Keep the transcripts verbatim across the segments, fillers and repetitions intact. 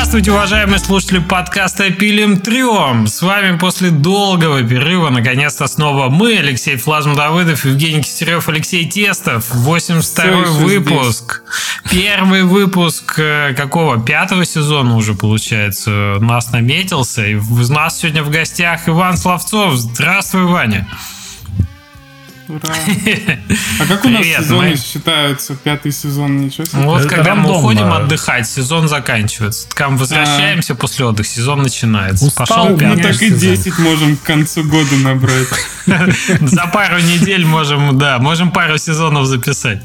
Здравствуйте, уважаемые слушатели подкаста «Пилим трем». С вами после долгого перерыва наконец-то снова мы, Алексей Флазм-Давыдов, Евгений Кистерев, Алексей Тестов. восемьдесят второй выпуск. Здесь. Первый выпуск какого? Пятого сезона уже, получается, у нас наметился. И у нас сегодня в гостях Иван Славцов. Здравствуй, Ваня. Ура. А как у нас Привет, сезоны мы... считаются? Пятый сезон, ничего себе. Вот это когда рандомно. Мы уходим отдыхать, сезон заканчивается. Когда мы возвращаемся а... после отдыха, сезон начинается. Устал, Пошел пятый Мы так сезон. И десять можем к концу года набрать. За пару недель можем, да, можем пару сезонов записать.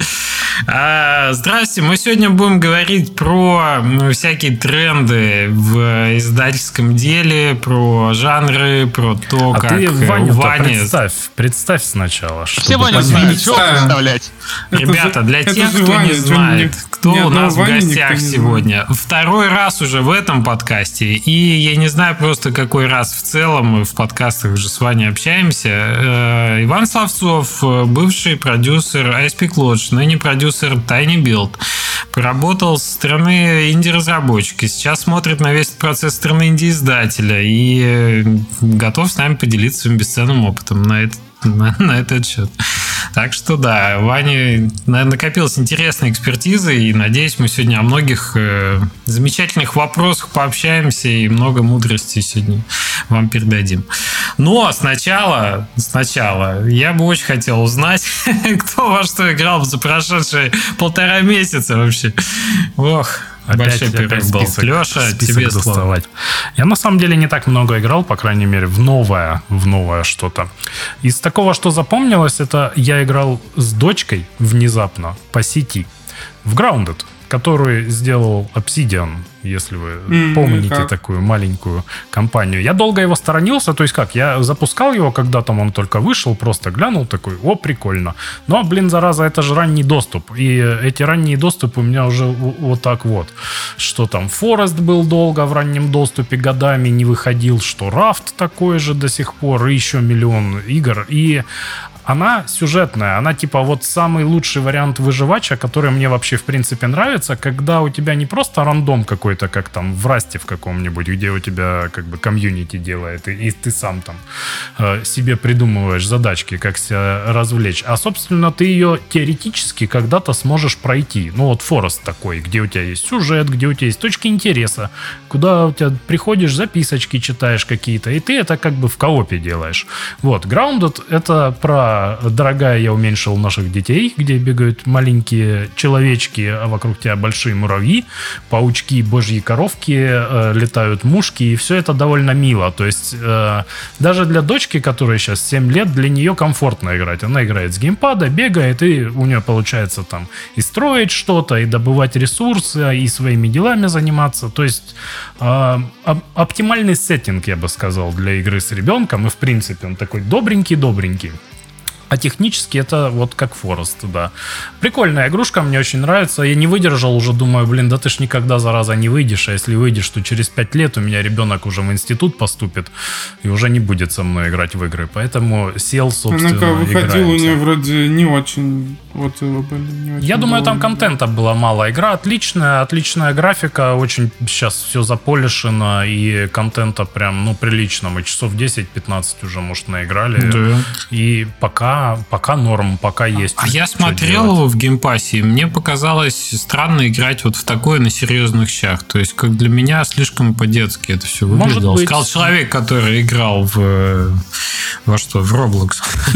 Здрасте, мы сегодня будем говорить про всякие тренды в издательском деле, про жанры, про то, а как ты, Ваню, Ваня... представь, представь сначала. Все Ваня знают, что представлять. Ребята, для это тех, кто Ваня, не знает, кто у нас в гостях сегодня. Знает. Второй раз уже в этом подкасте, и я не знаю просто какой раз в целом, мы в подкастах уже с Ваней общаемся. Иван Славцов, бывший продюсер iSpeak Lodge, ныне продюсер Tiny Build, поработал со стороны инди-разработчика, сейчас смотрит на весь процесс со стороны инди-издателя и готов с нами поделиться своим бесценным опытом на этот На, на этот счет. Так что да, Ване накопилась интересная экспертиза, и надеюсь, мы сегодня о многих э, замечательных вопросах пообщаемся и много мудрости сегодня вам передадим. Но сначала, сначала я бы очень хотел узнать, кто во что играл за прошедшие полтора месяца вообще. Ох. Опять, опять был. Список, Леша, тебе слово. Я на самом деле не так много играл, по крайней мере, в новое, в новое что-то. Из такого, что запомнилось, это я играл с дочкой внезапно по сети в Grounded, который сделал Obsidian, если вы mm, помните как? Такую маленькую компанию. Я долго его сторонился, то есть как, я запускал его, когда там он только вышел, просто глянул такой, о, прикольно. Но, блин, зараза, это же ранний доступ. И эти ранние доступы у меня уже вот так вот. Что там, Forest был долго в раннем доступе, годами не выходил, что Raft такой же до сих пор, и еще миллион игр. И она сюжетная, она типа вот самый лучший вариант выживача, который мне вообще в принципе нравится, когда у тебя не просто рандом какой-то, как там в Расте в каком-нибудь, где у тебя как бы комьюнити делает, и, и ты сам там э, себе придумываешь задачки, как себя развлечь, а собственно ты ее теоретически когда-то сможешь пройти. Ну вот Forest такой, где у тебя есть сюжет, где у тебя есть точки интереса, куда у тебя приходишь, записочки читаешь какие-то, и ты это как бы в коопе делаешь. Вот, Grounded — это про «Дорогая, я уменьшил наших детей», где бегают маленькие человечки, а вокруг тебя большие муравьи, паучки, божьи коровки, э, летают мушки, и все это довольно мило. То есть э, даже для дочки, которой сейчас семь лет, для нее комфортно играть. Она играет с геймпада, бегает, и у нее получается там и строить что-то, и добывать ресурсы, и своими делами заниматься. То есть э, оптимальный сеттинг, я бы сказал, для игры с ребенком, и в принципе он такой добренький-добренький. А технически это вот как Forest, да. Прикольная игрушка, мне очень нравится. Я не выдержал уже, думаю, блин, да ты ж никогда, зараза, не выйдешь. А если выйдешь, то через пять лет у меня ребенок уже в институт поступит и уже не будет со мной играть в игры. Поэтому сел, собственно, Она как выходила, у нее вроде не очень отзывы были. Не очень Я думаю, довольны. Там контента было мало. Игра отличная, отличная графика, очень сейчас все заполишено, и контента прям, ну, прилично. Мы часов десять-пятнадцать уже, может, наиграли. Да. И пока Пока норм, пока есть. А я смотрел его в геймпассе, и мне показалось странно играть вот в такое на серьезных щах. То есть, как для меня, слишком по-детски это все выглядело. Сказал человек, который играл в... Во что? В Roblox.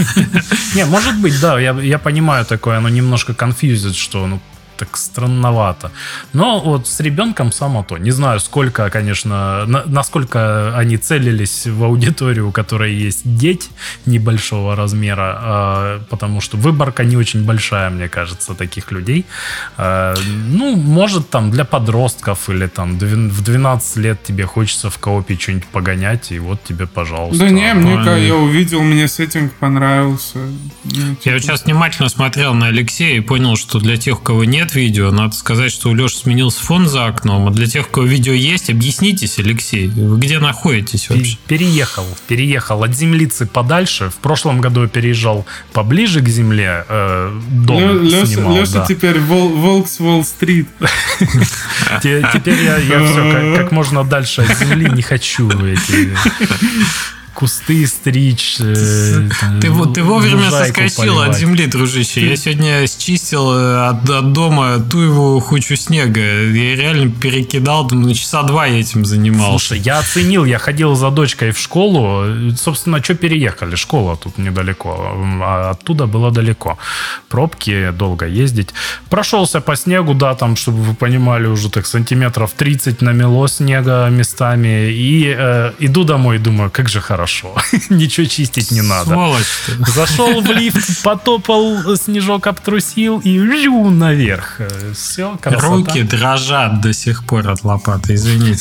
Не, может быть, да. Я, я понимаю такое. Оно немножко конфьюзит, что ну так странновато. Но вот с ребенком само то. Не знаю, сколько, конечно, на, насколько они целились в аудиторию, у которой есть дети небольшого размера, э, потому что выборка не очень большая, мне кажется, таких людей. Э, ну, может, там для подростков или там в двенадцать лет тебе хочется в коопе что-нибудь погонять, и вот тебе, пожалуйста. Да не, мне, когда я увидел, мне сеттинг понравился. Я вот сейчас внимательно смотрел на Алексея и понял, что для тех, у кого нет нет видео. Надо сказать, что у Леши сменился фон за окном. А для тех, у кого видео есть, объяснитесь, Алексей, вы где находитесь вообще? Переехал, переехал от землицы подальше. В прошлом году я переезжал поближе к земле. Э, дом Леша, снимал, Леша да. теперь вол, волк с Уолл-стрит. Теперь я все как можно дальше от земли не хочу эти... кусты стричь. Э, там, ты, ты вовремя соскочил поливать. от земли, дружище. Я сегодня счистил от, от дома ту его кучу снега. Я реально перекидал, там, на часа два я этим занимался. Слушай, я оценил, я ходил за дочкой в школу. Собственно, что переехали? Школа тут недалеко. А оттуда было далеко. Пробки, долго ездить. Прошелся по снегу, да, там, чтобы вы понимали, уже так сантиметров тридцать намело снега местами. И э, иду домой, думаю, как же хорошо. Ничего чистить не надо. Сволочь ты. Зашел в лифт, потопал, снежок обтрусил и жу, наверх. Все, красота. Руки дрожат до сих пор от лопаты, извините.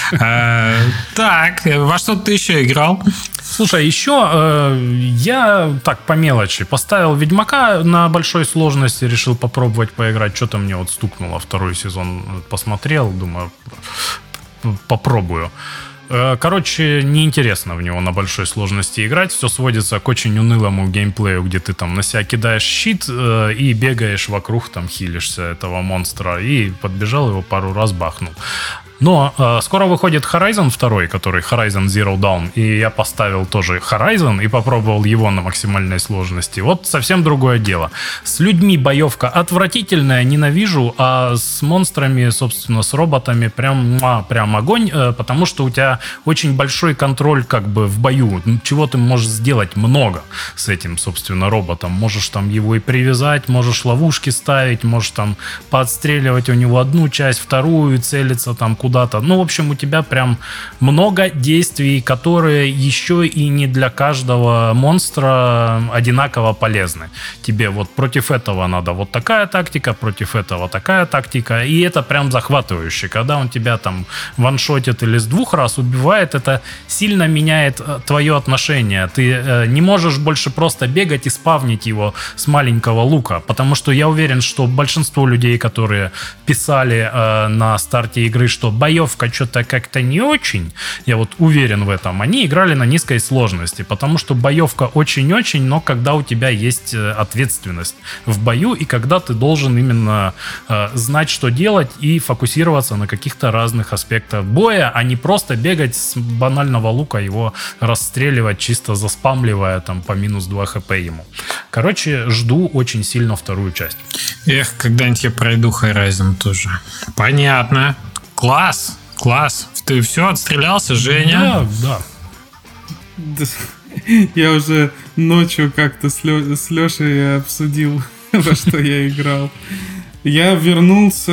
Так, во что ты еще играл? Слушай, еще я так по мелочи поставил Ведьмака на большой сложности, решил попробовать поиграть. Что-то мне вот стукнуло, второй сезон посмотрел, думаю, попробую. Короче, неинтересно в него на большой сложности играть. Все сводится к очень унылому геймплею, где ты там на себя кидаешь щит э, и бегаешь вокруг, там хилишься этого монстра. И подбежал, его пару раз бахнул. Но э, скоро выходит Horizon два, который Horizon Zero Dawn, и я поставил тоже Horizon и попробовал его на максимальной сложности. Вот совсем другое дело. С людьми боевка отвратительная, ненавижу, а с монстрами, собственно, с роботами прям, а, прям огонь, э, потому что у тебя очень большой контроль как бы в бою. Чего ты можешь сделать много с этим, собственно, роботом. Можешь там его и привязать, можешь ловушки ставить, можешь там поотстреливать у него одну часть, вторую, целиться там куда-то. Ну, в общем, у тебя прям много действий, которые еще и не для каждого монстра одинаково полезны. Тебе вот против этого надо вот такая тактика, против этого такая тактика, и это прям захватывающе. Когда он тебя там ваншотит или с двух раз убивает, это сильно меняет твое отношение. Ты э, не можешь больше просто бегать и спавнить его с маленького лука, потому что я уверен, что большинство людей, которые писали э, на старте игры, что боевка что-то как-то не очень, я вот уверен в этом, они играли на низкой сложности, потому что боевка очень-очень, но когда у тебя есть ответственность в бою, и когда ты должен именно э, знать, что делать, и фокусироваться на каких-то разных аспектах боя, а не просто бегать с банального лука, его расстреливать, чисто заспамливая там по минус два хп ему. Короче, жду очень сильно вторую часть. Эх, когда-нибудь я пройду Horizon тоже. Понятно. Класс, класс. Ты все, отстрелялся, Женя? Да, да. Я уже ночью как-то с, Лё... с Лешей обсудил, во что я играл. Я вернулся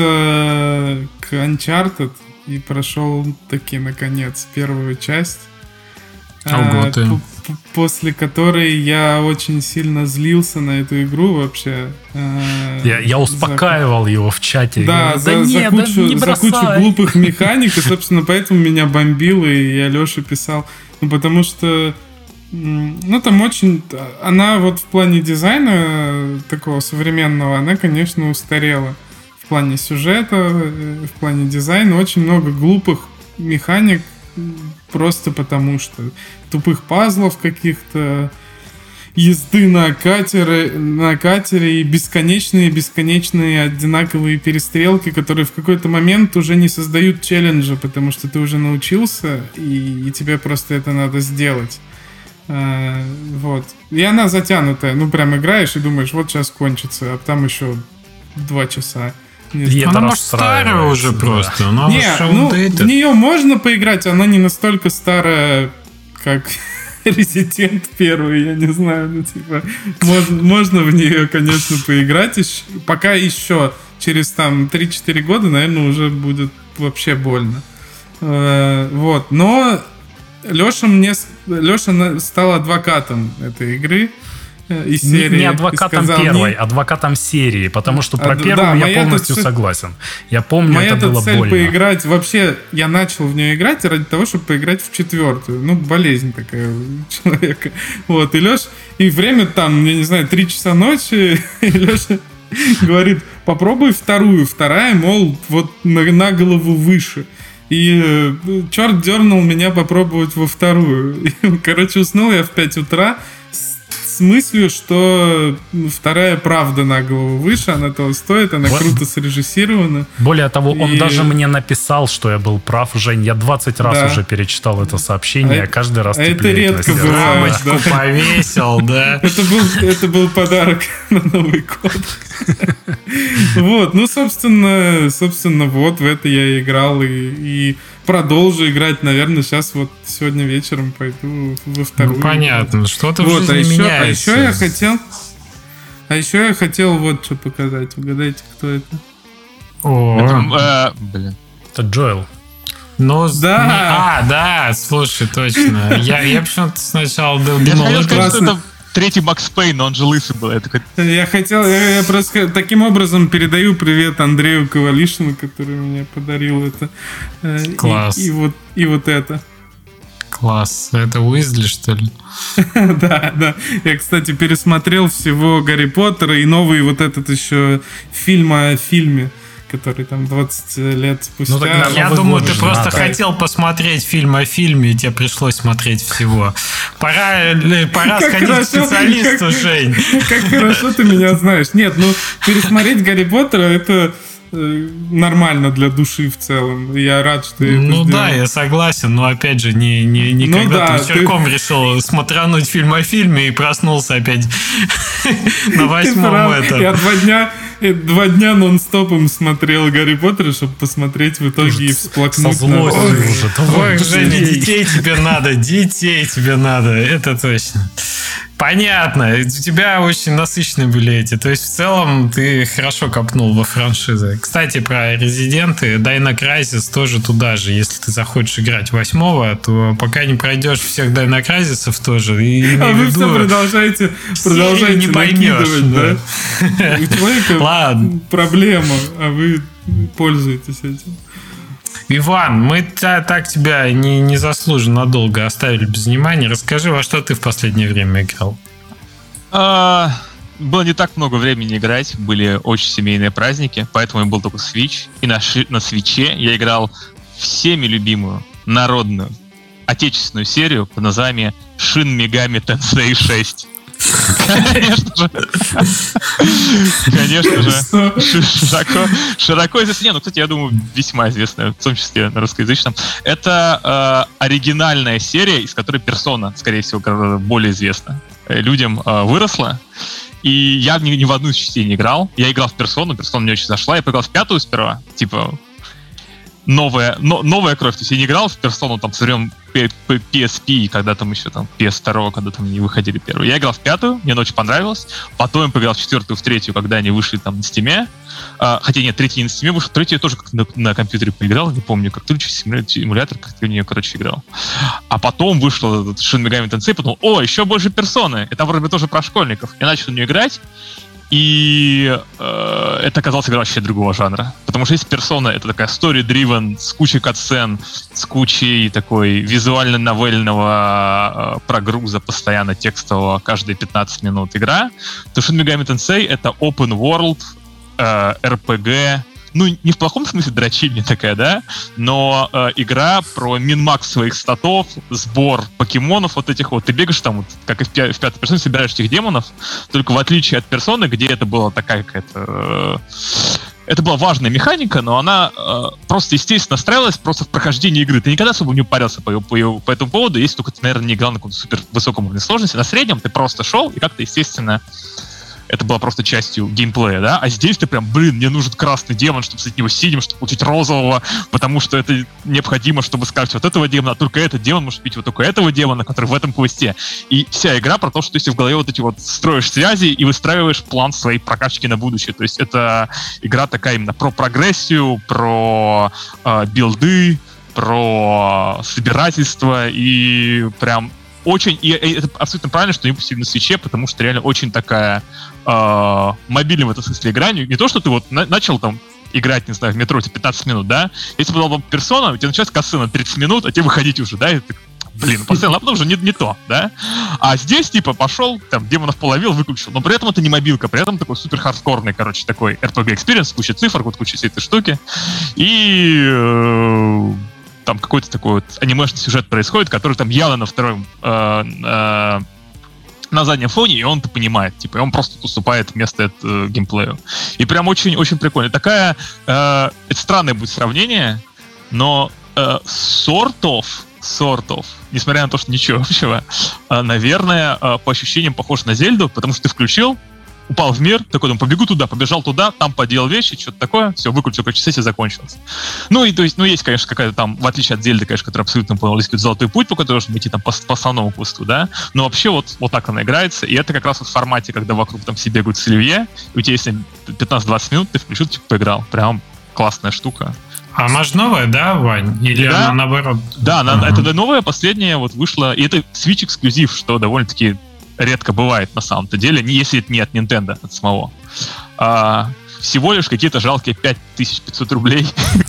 к Uncharted и прошел таки, наконец, первую часть. Ого, а, ты. После которой я очень сильно злился на эту игру вообще. Я, я успокаивал за... его в чате. Да, говорю, за, да за, нет, кучу, да не за кучу глупых механик, и, собственно, поэтому меня бомбило, и я Лёше писал. Ну, потому что, ну, там очень... Она вот в плане дизайна такого современного, она, конечно, устарела. В плане сюжета, в плане дизайна очень много глупых механик, просто потому что тупых пазлов каких-то, езды на катере, на катере и бесконечные-бесконечные одинаковые перестрелки, которые в какой-то момент уже не создают челленджа, потому что ты уже научился, и, и тебе просто это надо сделать. А, вот. И она затянутая. Ну, прям играешь и думаешь, вот сейчас кончится, а там еще два часа. Нет, она, может, старая уже просто. Она не, ну, в нее можно поиграть, она не настолько старая, как Resident первый, я не знаю, ну, типа, можно, можно в нее, конечно, поиграть, еще, пока еще через, там, три-четыре года, наверное, уже будет вообще больно. Э, вот, но Леша мне, Леша стал адвокатом этой игры. Из серии, не адвокатом сказал, первой, не... адвокатом серии, потому что про а, первую да, я полностью цель... согласен. Я помню, моя это было цель больно. Поиграть, вообще, я начал в нее играть ради того, чтобы поиграть в четвертую. Ну, болезнь такая у человека. Вот, и Леша, и время там, я не знаю, три часа ночи, и Леша Говорит, попробуй вторую. Вторая, мол, вот на, на голову выше. И э, черт дернул меня попробовать во вторую. И, короче, уснул я в пять утра с, с мыслью, что вторая правда на голову выше, она того стоит, она вот. Круто срежиссирована. Более того, он и... даже мне написал, что я был прав. Жень, я двадцать раз да. уже перечитал это сообщение, а каждый раз а это редко бывает. Рамочку да. повесил, да. Это был, это был подарок на Новый год. Вот, ну, собственно, собственно, вот в это я играл и, и продолжу играть. Наверное, сейчас вот сегодня вечером пойду во вторую. Ну, понятно, что-то вот, в жизни а еще, меняется. А еще я хотел... А еще я хотел вот что показать. Угадайте, кто это? О, это, э, блин. Это Джоэл. Ну, да. А, да, слушай, точно. Я, я почему-то сначала думал... Я хотел сказать, что это третий Макс Пейн, но он же лысый был. Я, такой... я хотел, я, я просто таким образом передаю привет Андрею Ковалишину, который мне подарил это. Класс. И, и, вот, и вот это. Класс. Это Уизли, что ли? Да, да. Я, кстати, пересмотрел всего Гарри Поттера и новый вот этот еще фильм о фильме, который там двадцать лет спустя. Ну, я думаю, ты просто надо. хотел посмотреть фильм о фильме, и тебе пришлось смотреть всего. Пора, пора сходить хорошо, к специалисту, как, Жень. Как хорошо ты меня знаешь. Нет, ну, пересмотреть Гарри Поттера, это нормально для души в целом. Я рад, что я Ну это да, сделал. я согласен, но опять же, не, не, не ну когда да, ты вечерком ты... решил смотрануть фильм о фильме и проснулся опять на восьмом этом. Я два дня, два дня нон-стопом смотрел Гарри Поттера, чтобы посмотреть в итоге и всплакнуть. Со злостью уже. Ой, Женя, детей тебе надо, детей тебе надо, это точно. Понятно, у тебя очень насыщенные были эти. То есть, в целом, ты хорошо копнул во франшизы. Кстати, про Резиденты, Dino Crisis тоже туда же. Если ты захочешь играть восьмого, то пока не пройдешь всех Dino Crisis'ов тоже. И, а вы все продолжаете, продолжаете не поймешь, да? Да? У человека Ладно. проблема, а вы пользуетесь этим. Иван, мы так тебя не, незаслуженно надолго оставили без внимания. Расскажи, во что ты в последнее время играл? А, было не так много времени играть, были очень семейные праздники, поэтому был только Switch. И на, ши, на Switch'е я играл всеми любимую народную отечественную серию под названием Shin Megami Tensei шесть. Конечно же. Конечно же. Широко, широко известно. Не, ну, кстати, я думаю, весьма известная, в том числе на русскоязычном. Это э, оригинальная серия, из которой персона, скорее всего, более известна. Людям э, выросла. И я ни, ни в одну из частей не играл. Я играл в персону, персона мне очень зашла. Я поиграл в пятую сперва. Типа, новая, но, новая кровь. То есть я не играл в персону там со времен пи эс пи, когда там еще там пи эс два, когда там не выходили первые. Я играл в пятую, мне она очень понравилась. Потом я поиграл в четвертую, в третью, когда они вышли там на стиме. А, хотя нет, третья не на стиме вышла, третью я тоже как на, на компьютере поиграл, не помню, как ты симулятор, как ты в нее, короче, играл. А потом вышел этот Shin Megami Tensei, потом, о, еще больше персоны. Это вроде бы тоже про школьников. Я начал в нее играть. И э, это оказалось игра вообще другого жанра. Потому что есть персона, это такая story-driven, с кучей катсцен, с кучей такой визуально-новельного э, прогруза, постоянно текстового, каждые пятнадцать минут игра. То Shin Megami Tensei — это open world, э, эр пи джи, ну, не в плохом смысле дрочильня такая, да, но э, игра про мин-макс своих статов, сбор покемонов вот этих вот. Ты бегаешь там, вот, как и в, пя- в пятой персоне, собираешь этих демонов, только в отличие от персоны, где это была такая какая-то... Э, это была важная механика, но она э, просто, естественно, строилась просто в прохождении игры. Ты никогда особо не упарился по, по, по этому поводу, если только ты, наверное, не играл на каком-то супер высоком уровне сложности. На среднем ты просто шел и как-то, естественно... Это было просто частью геймплея, да? А здесь ты прям, блин, мне нужен красный демон, чтобы с него синим, чтобы получить розового, потому что это необходимо, чтобы скрафтить вот этого демона, а только этот демон может бить вот только этого демона, который в этом квесте. И вся игра про то, что ты в голове вот эти вот строишь связи и выстраиваешь план своей прокачки на будущее. То есть это игра такая именно про прогрессию, про э, билды, про собирательство и прям очень, и это абсолютно правильно, что не пустили на Switch'е, потому что реально очень такая э, мобильная в этом смысле игра. Не, не то, что ты вот на, начал там играть, не знаю, в метро, тебе пятнадцать минут, да? Если бы была бы персона, у тебя началась касцена тридцать минут, а тебе выходить уже, да? И ты блин, поставил, а потом уже не, не то, да? А здесь, типа, пошел, там, демонов половил, выключил. Но при этом это не мобилка, при этом такой супер хардкорный, короче, такой эр пи джи-экспириенс, куча цифр, вот куча всей этой штуки. И э, там какой-то такой вот анимешный сюжет происходит, который там явно на втором... Э, э, на заднем фоне, и он это понимает, типа, и он просто уступает вместо этого э, геймплею. И прям очень-очень прикольно. Такая, э, это странное будет сравнение, но э, sort of, sort of, несмотря на то, что ничего общего, э, наверное, э, по ощущениям похож на Зельду, потому что ты включил, упал в мир, такой, думаю, побегу туда, побежал туда, там поделал вещи, что-то такое, все, выключил, короче, сессия закончилась. Ну, и то есть, ну, есть, конечно, какая-то там, в отличие от Зельды, конечно, которая абсолютно понял, есть какой-то золотой путь, по которому нужно идти там по, по основному кусту, да, но вообще вот, вот так она играется, и это как раз вот в формате, когда вокруг там все бегают с оливье, и у тебя есть пятнадцать-двадцать минут, ты включил, типа, поиграл. Прям классная штука. А она же новая, да, Вань? Или да? она наоборот? Да, она, ага. это новая, последняя вот вышла, и это Switch эксклюзив, что довольно-таки редко бывает на самом-то деле, не если это не от Nintendo, от самого. А, всего лишь какие-то жалкие пять тысяч пятьсот рублей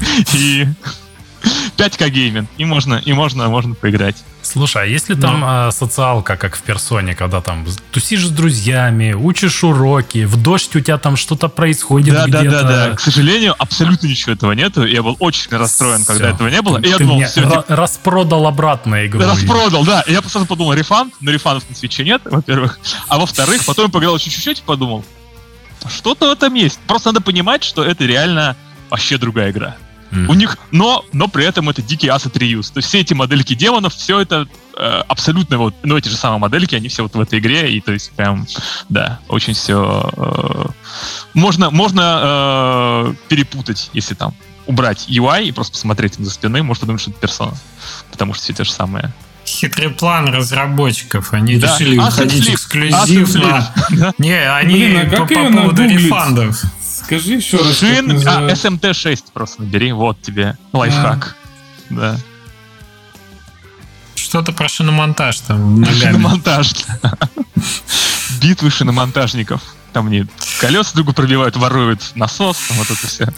и пять ка гейминг, и можно, и можно, можно поиграть. Слушай, а если там Но... э, социалка, как в персоне, когда там тусишь с друзьями, учишь уроки, в дождь у тебя там что-то происходит да, где-то... Да, да, да, к сожалению, абсолютно ничего этого нету. Я был очень расстроен, все. Когда этого не было. Ты, и я ты думал, мне все, ра- распродал обратно игру. Распродал, да. И я сразу подумал, рефанд, но рефандов на свитче нет, во-первых. А во-вторых, потом я поиграл еще чуть-чуть и подумал, что-то в этом есть. Просто надо понимать, что это реально вообще другая игра. Mm. У них, но, но при этом это дикий asset reuse. То есть все эти модельки демонов, все это э, абсолютно вот, ну эти же самые модельки, они все вот в этой игре, и то есть прям, да, очень все э, можно, можно э, перепутать, если там убрать ю ай и просто посмотреть им за спины, можно подумать, что это персона, потому что все те же самые. Хитрый план разработчиков. Они да. решили выходить эксклюзив на... Да. Не, они Блин, а по, по поводу рефандов. Скажи еще раз. Шин, а, эс эм ти шесть просто набери, вот тебе лайфхак. А. Да. Что-то про шиномонтаж там ногами. Шиномонтаж. Битвы шиномонтажников. Там они колеса друг пробивают, воруют насос, там вот это все.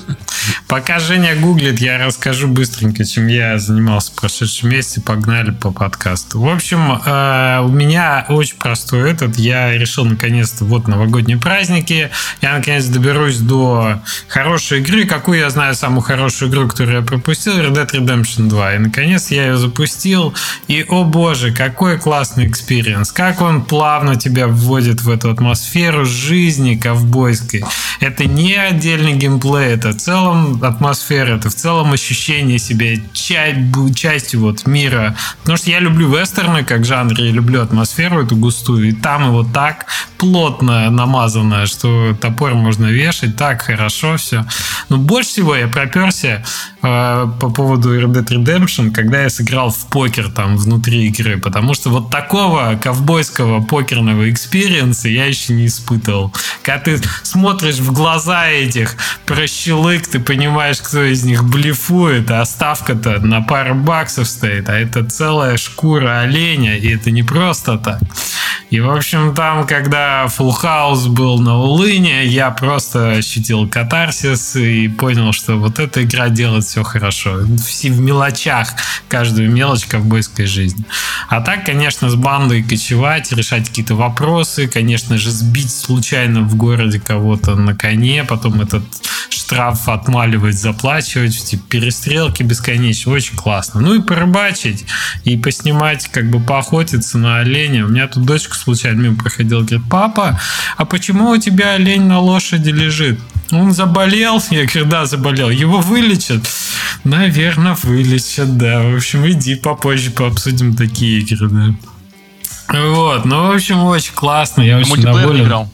Пока Женя гуглит, я расскажу быстренько, чем я занимался в прошедшем месяце. Погнали по подкасту. В общем, э, у меня очень простой этот. Я решил наконец-то, вот новогодние праздники, я наконец доберусь до хорошей игры. Какую я знаю самую хорошую игру, которую я пропустил? Red Dead Redemption два. И наконец я ее запустил. И, о боже, какой классный экспириенс. Как он плавно тебя вводит в эту атмосферу жизни ковбойской. Это не отдельный геймплей, это в целом атмосфера, это в целом ощущение себя часть, частью вот мира. Потому что я люблю вестерны как жанр, я люблю атмосферу эту густую, и там его так плотно намазано, что топор можно вешать, так хорошо все. Но больше всего я проперся э, по поводу Red Dead Redemption, когда я сыграл в покер там внутри игры, потому что вот такого ковбойского покерного экспириенса я еще не испытывал. Когда ты смотришь в глаза этих прощелык, ты понимаешь, кто из них блефует, а ставка-то на пару баксов стоит, а это целая шкура оленя, и это не просто так. И, в общем, там, когда Full House был на Улыне, я просто ощутил катарсис и понял, что вот эта игра делает все хорошо. Все в мелочах, каждую мелочь ковбойской жизни. А так, конечно, с бандой кочевать, решать какие-то вопросы, конечно же, сбить случайно в городе кого-то на коне, потом этот штраф отмаливать, заплачивать, эти перестрелки бесконечные, очень классно. Ну и порыбачить, и поснимать, как бы поохотиться на оленя. У меня тут дочка случайно мимо проходила, говорит: папа, а почему у тебя олень на лошади лежит? Он заболел? Я говорю: да, заболел. Его вылечат? Наверное, вылечат, да. В общем, иди попозже пообсудим такие игры, да. Вот, ну, в общем, очень классно. Я очень доволен. Играл?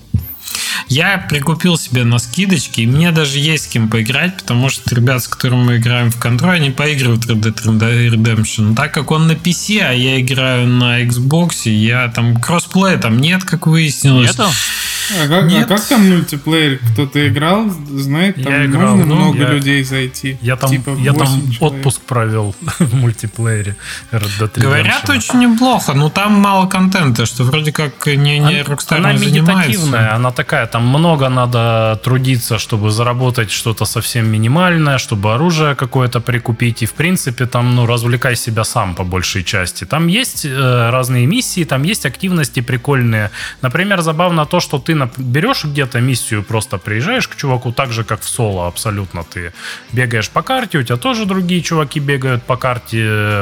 Я прикупил себе на скидочке, и мне даже есть с кем поиграть, потому что ребят, с которыми мы играем в Control, они поигрывают в Red Dead Redemption. Так как он на пи си, а я играю на Xbox, я там кроссплея там нет, как выяснилось. Нету? А как, а как там мультиплеер? Кто-то играл, знает, там Я играл, можно ну, много я- людей зайти? Я там, Типа я там восемь человек. отпуск провел в мультиплеере Red Dead Говорят, Redemption. очень неплохо, но там мало контента, что вроде как не, не Rockstar Она не занимается. медитативная, она такая, там много надо трудиться, чтобы заработать что-то совсем минимальное, чтобы оружие какое-то прикупить, и в принципе там, ну, развлекай себя сам по большей части. Там есть э, разные миссии, там есть активности прикольные. Например, забавно то, что ты нап- берешь где-то миссию, просто приезжаешь к чуваку, так же, как в соло абсолютно. Ты бегаешь по карте, у тебя тоже другие чуваки бегают по карте,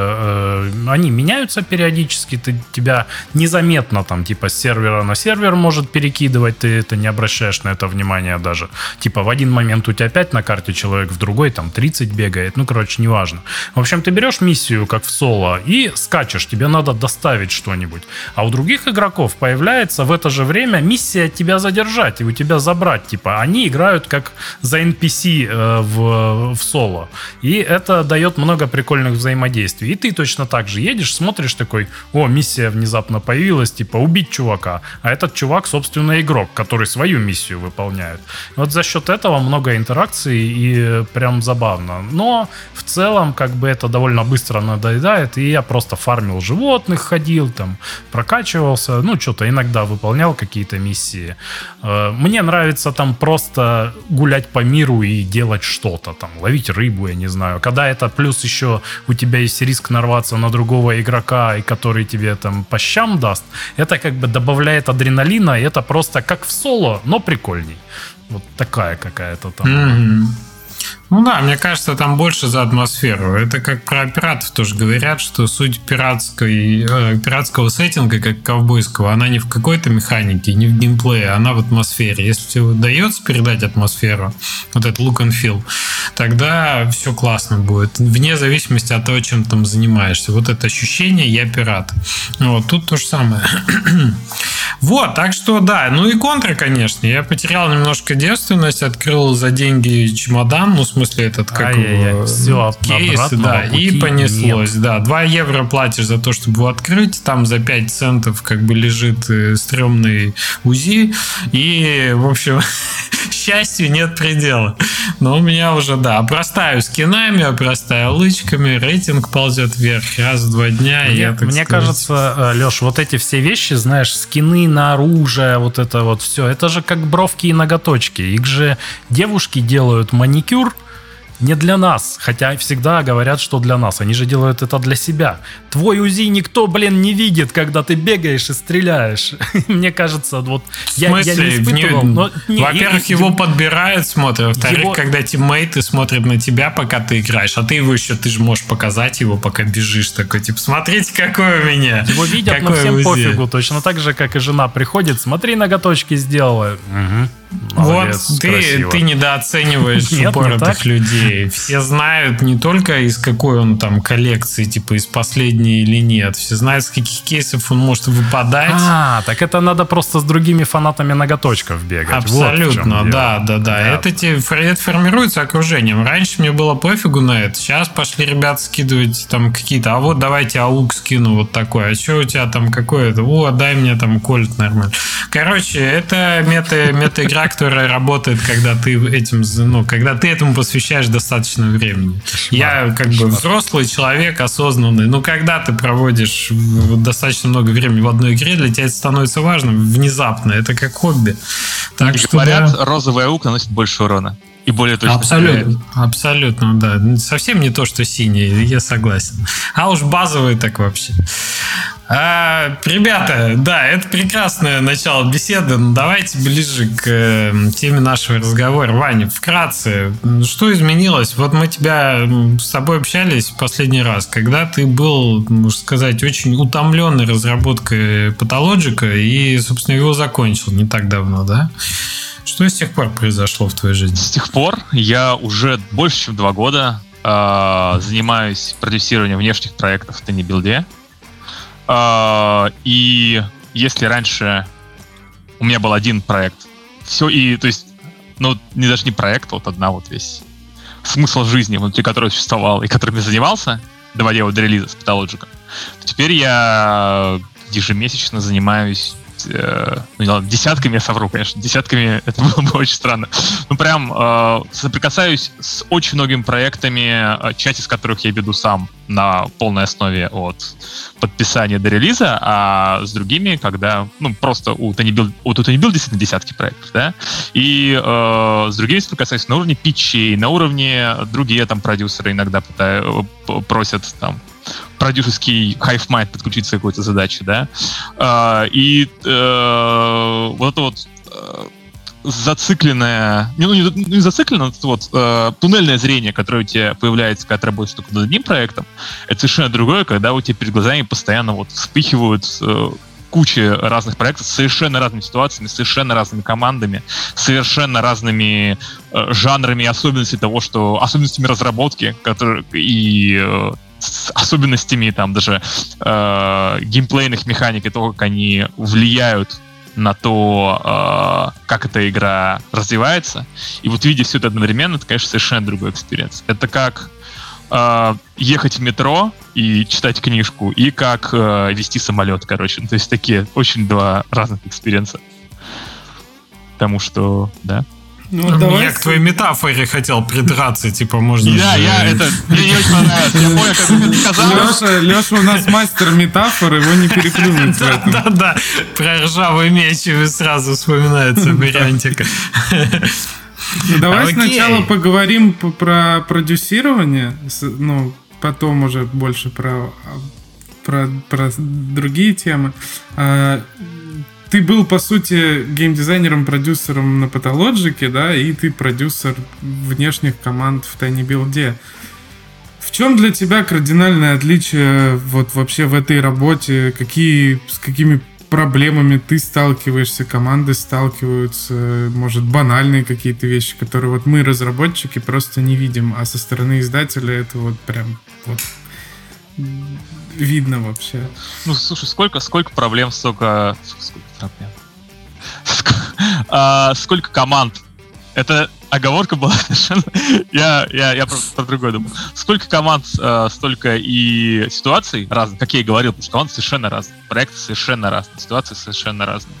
э, э, они меняются периодически, ты, тебя незаметно там, типа, с сервера на сервер может перекидывать, ты это не обращаешь на это внимания даже. Типа, в один момент у тебя пять на карте человек, в другой там тридцать бегает, ну, короче, неважно. В общем, ты берешь миссию, как в соло, и скачешь, тебе надо доставить что-нибудь. А у других игроков появляется в это же время миссия тебя задержать и у тебя забрать. Типа, они играют как за эн пи си э, в, в соло. И это дает много прикольных взаимодействий. И ты точно так же едешь, смотришь такой, о, миссия внезапно появилась, типа, убить чувака. А этот чувак, собственно, игрок, который свою миссию выполняет. И вот за счет этого много интеракций и прям забавно. Но в целом, как бы, это довольно быстро надоедает, и я просто фармил животных, ходил там, прокачивался, ну, что-то иногда выполнял какие-то миссии. Э, Мне нравится там просто гулять по миру и делать что-то, там, ловить рыбу, я не знаю. Когда это плюс еще у тебя есть риск нарваться на другого игрока, и который тебе там по щам даст, это как бы добавляет адреналина, и это просто как в соло, но прикольней. Вот такая какая-то там. Мгм. Ну да, мне кажется, там больше за атмосферу. Это как про пиратов тоже говорят, что суть пиратской, э, пиратского сеттинга, как ковбойского, она не в какой-то механике, не в геймплее, она в атмосфере. Если тебе удается передать атмосферу, вот этот look and feel, тогда все классно будет. Вне зависимости от того, чем ты там занимаешься. Вот это ощущение «я пират». Вот, тут то же самое. Вот, так что да, ну и контра, конечно. Я потерял немножко девственность, открыл за деньги чемодан, ну, в смысле, этот, как его, Все, кейс, да, и понеслось, нет. Да. два евро платишь за то, чтобы его открыть, там за пять центов как бы лежит э, стрёмный УЗИ, и, в общем, счастью нет предела. Но у меня уже, да, обрастаю скинами, обрастаю лычками, рейтинг ползет вверх раз в два дня. Мне, я, так мне сказать... кажется, Леш, вот эти все вещи, знаешь, скины на оружие, вот это вот все, это же как бровки и ноготочки. Их же девушки делают маникюр не для нас, хотя всегда говорят, что для нас. Они же делают это для себя. Твой УЗИ никто, блин, не видит, когда ты бегаешь и стреляешь. Мне кажется, вот я, в смысле? я не испытывал. Не, но, не, во-первых, и, его и, подбирают, смотрят. Во-вторых, его... когда тиммейты смотрят на тебя, пока ты играешь, а ты его еще, ты же можешь показать его, пока бежишь. Такой, типа, смотрите, какой у меня. Его видят, какой но всем УЗИ. пофигу. Точно так же, как и жена приходит, смотри, ноготочки сделала. Угу. Молодец, вот ты, ты недооцениваешь упоротых людей. Все знают не только из какой он там коллекции, типа из последней или нет. Все знают, с каких кейсов он может выпадать. А, так это надо просто с другими фанатами ноготочков бегать. Абсолютно, вот да, да, да. Это, те, это формируется окружением. Раньше мне было пофигу на это. Сейчас пошли ребята скидывать там какие-то, а вот давайте аук скину вот такой. А что у тебя там какое-то? О, дай мне там кольт нормально. Короче, это мета, мета-игра, которая работает, когда ты этим, ну, когда ты этому посвящаешь достаточно времени. Кошмар, Я как кошмар. бы взрослый человек, осознанный. Но когда ты проводишь достаточно много времени в одной игре, для тебя это становится важным внезапно. Это как хобби. Так и что говорят, да. розовый аук наносит больше урона. И более точно. Абсолютно, абсолютно, да. Совсем не то, что синий, я согласен. А уж базовый так вообще. А, ребята, да, это прекрасное начало беседы, но давайте ближе к э, теме нашего разговора. Ваня, вкратце, что изменилось? Вот мы тебя с тобой общались в последний раз, когда ты был, можно сказать, очень утомленный разработкой Pathologic и, собственно, его закончил не так давно, да? Что с тех пор произошло в твоей жизни? С тех пор я уже больше, чем два года э, занимаюсь продюсированием внешних проектов в TinyBuild. Э, и если раньше у меня был один проект, все, и, то есть, ну, не даже не проект, а вот одна вот весь смысл жизни, внутри которого существовал и которым я занимался, доводя его до релиза с Pathologic, то теперь я ежемесячно занимаюсь есть, э, ну, не ладно, десятками я совру, конечно, десятками это было бы очень странно. Ну, прям э, соприкасаюсь с очень многими проектами, часть из которых я веду сам на полной основе от подписания до релиза, а с другими, когда, ну, просто у TinyBuild, у TinyBuild действительно десятки проектов, да, и э, с другими соприкасаюсь на уровне питчей, на уровне другие там продюсеры иногда пытают, просят там продюсерский HiveMind подключиться к какой-то задаче, да, э, и э, вот это вот э, зацикленное, не, ну, не, не зацикленное, это вот э, туннельное зрение, которое у тебя появляется, когда ты работаешь только над одним проектом, это совершенно другое, когда у тебя перед глазами постоянно вот вспыхивают э, куча разных проектов с совершенно разными ситуациями, совершенно разными командами, совершенно разными э, жанрами и особенностями того, что особенностями разработки, которые и э, с особенностями там даже э, геймплейных механик и того, как они влияют на то, э, как эта игра развивается. И вот видя все это одновременно, это, конечно, совершенно другой экспириенс. Это как э, ехать в метро и читать книжку, и как э, вести самолет, короче. То есть такие очень два разных экспириенса. Потому что, да. Ну, ну, давай... Я к твоей метафоре хотел придраться, типа, можно... Да, же... я это... Мне не очень понравилось. Я понял, как ты сказал. Леша, Леша у нас мастер метафор, его не переплюнуть в этом. Да-да, про ржавый меч сразу вспоминается вариантик. Давай сначала поговорим про продюсирование, ну, потом уже больше про другие темы. Ты был, по сути, геймдизайнером, продюсером на Pathologic, да, и ты продюсер внешних команд в TinyBuild. В чем для тебя кардинальное отличие вот вообще в этой работе? Какие, с какими проблемами ты сталкиваешься, команды сталкиваются? Может, банальные какие-то вещи, которые вот мы, разработчики, просто не видим, а со стороны издателя это вот прям вот видно вообще. Ну, слушай, сколько, сколько проблем, столько... Сколько проблем? Ск- а, сколько команд? Это оговорка была совершенно... я, я, я про, про другое думал. Сколько команд, а, столько и ситуаций разных, как я и говорил, потому что команды совершенно разные, проекты совершенно разные, ситуации совершенно разные.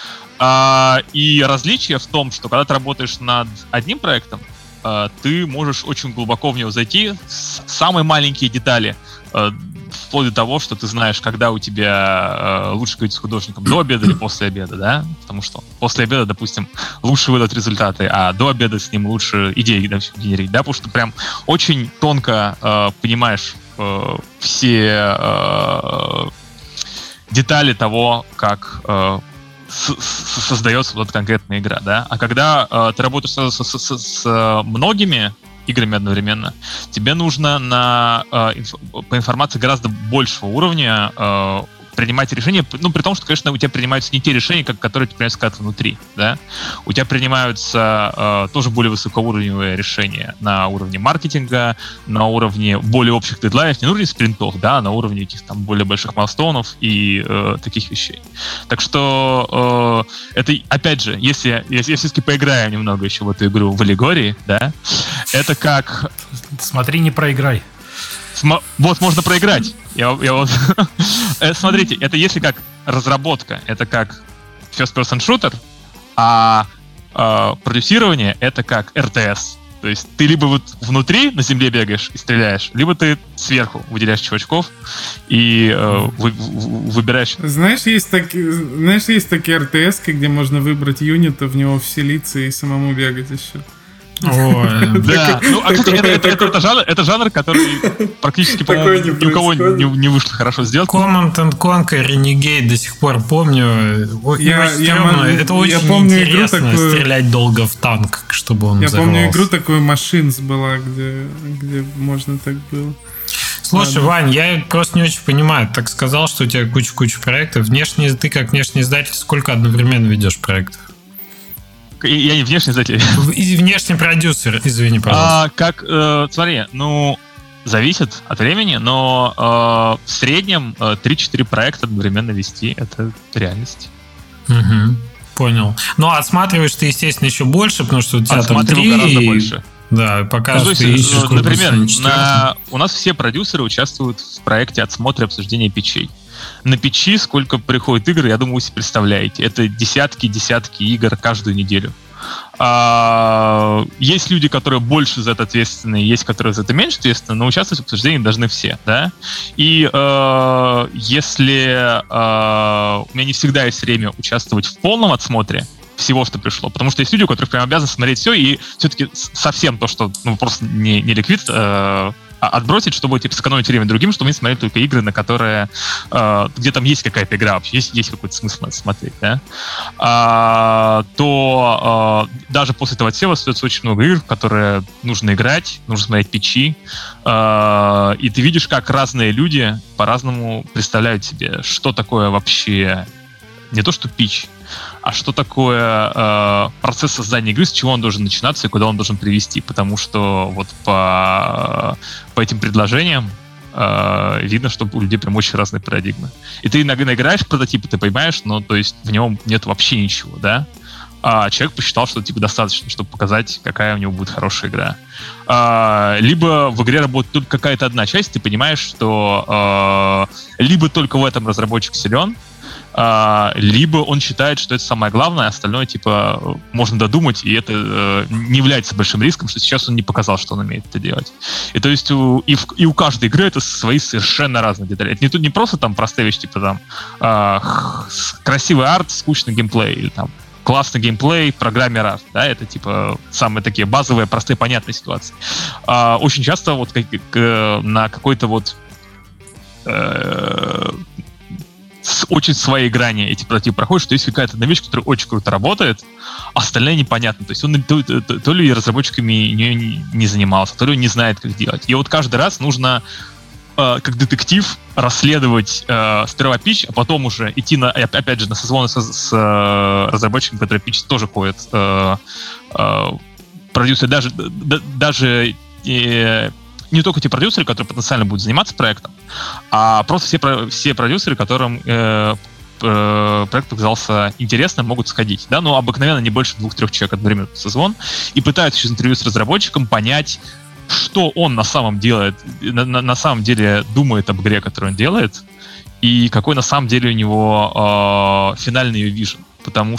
А, и различие в том, что когда ты работаешь над одним проектом, а, ты можешь очень глубоко в него зайти, с самые маленькие детали, а, вплоть до того, что ты знаешь, когда у тебя э, лучше говорить с художником, до обеда или после обеда, да? Потому что после обеда, допустим, лучше выдать результаты, а до обеда с ним лучше идеи, да, генерить, да? Потому что прям очень тонко э, понимаешь э, все э, детали того, как э, с- с- создается вот эта конкретная игра, да? А когда э, ты работаешь с, с, с, с многими играми одновременно, тебе нужно на, э, инф, по информации гораздо большего уровня э, принимать решения, ну, при том, что, конечно, у тебя принимаются не те решения, как, которые ты принимаются когда-то внутри, да, у тебя принимаются э, тоже более высокоуровневые решения на уровне маркетинга, на уровне более общих дедлайнов, не на уровне спринтов, да, а на уровне каких-то там более больших майлстоунов и э, таких вещей. Так что э, это, опять же, если, если, если все-таки поиграем немного еще в эту игру в аллегории, да, это как... Смотри, не проиграй. См- вот, можно проиграть. Я, я вот... Смотрите, это если как разработка, это как first-person shooter, а э, продюсирование — это как эр ти эс. То есть ты либо вот внутри на земле бегаешь и стреляешь, либо ты сверху выделяешь чувачков и э, вы, вы, выбираешь... Знаешь, есть, так, знаешь, есть такие эр ти эс, где можно выбрать юнита, в него вселиться и самому бегать еще. Да, ну, а, кстати, это, это, это, это, жанр, это жанр, который практически, по-моему, ни у кого не, не вышло хорошо сделать. Command and Conquer, Renegade до сих пор помню. Я, очень я, могу, это очень я помню интересно игру такую, стрелять долго в танк, чтобы он Я взорвался. помню игру такую Machines была, где, где можно так было. Слушай, Ладно. Вань, я просто не очень понимаю. Так сказал, что у тебя куча-куча проектов. Внешний, ты как внешний издатель сколько одновременно ведешь проектов? Я не внешний издатель. И внешний продюсер, извини, пожалуйста. А, как, э, смотри, ну, зависит от времени, но э, в среднем э, три-четыре проекта одновременно вести — это реальность. Угу, понял. Ну, отсматриваешь ты, естественно, еще больше, потому что у тебя там три... гораздо больше. Да, пока ну, что ты ищешь... Например, на... у нас все продюсеры участвуют в проекте отсмотра и обсуждения питчей. На пи си сколько приходит игр, я думаю, вы себе представляете. Это десятки-десятки игр каждую неделю. А, есть люди, которые больше за это ответственны, есть, которые за это меньше ответственны, но участвовать в обсуждении должны все, да. И э, если э, у меня не всегда есть время участвовать в полном отсмотре всего, что пришло, потому что есть люди, у которых прям обязаны смотреть все, и все-таки совсем то, что ну, просто не, не ликвид, э, отбросить, чтобы типа сэкономить время другим, чтобы они смотрели только игры, на которые э, где там есть какая-то игра вообще, есть, есть какой-то смысл это смотреть, да, а, то э, даже после этого отсева остается очень много игр, в которые нужно играть, нужно смотреть пичи, э, и ты видишь, как разные люди по-разному представляют себе, что такое вообще не то что пич, а что такое э, процесс создания игры, с чего он должен начинаться и куда он должен привести. Потому что вот по, по этим предложениям э, видно, что у людей прям очень разные парадигмы. И ты иногда играешь в прототип, и ты понимаешь, но то есть в нем нет вообще ничего, да? А человек посчитал, что типа достаточно, чтобы показать, какая у него будет хорошая игра. А, либо в игре работает только какая-то одна часть, ты понимаешь, что э, либо только в этом разработчик силен, Uh, либо он считает, что это самое главное, а остальное, типа, можно додумать, и это uh, не является большим риском, что сейчас он не показал, что он умеет это делать. И то есть у, и, в, и у каждой игры это свои совершенно разные детали. Это не, не просто там простая вещь, типа там uh, красивый арт, скучный геймплей, или там классный геймплей, программер арт, да, это типа самые такие базовые, простые, понятные ситуации. Uh, очень часто вот как, как, на какой-то вот uh, с очень своей грани эти прототипы проходят, что есть какая-то одна вещь, которая очень круто работает, а остальное непонятно. То есть он то, то, то ли разработчиками не, не занимался, то ли он не знает, как делать. И вот каждый раз нужно, э, как детектив, расследовать э, сперва питч, а потом уже идти, на, опять же, на созвоны с, с э, разработчиками, которые питч тоже ходят. Э, э, продюсеры, даже, да, даже э, не только те продюсеры, которые потенциально будут заниматься проектом, а просто все, все продюсеры, которым э, э, проект показался интересным, могут сходить. Да? Но обыкновенно не больше двух-трех человек одновременно в созвон, и пытаются через интервью с разработчиком понять, что он на самом деле, на, на, на самом деле думает об игре, которую он делает, и какой на самом деле у него э, финальный ее вижен. Потому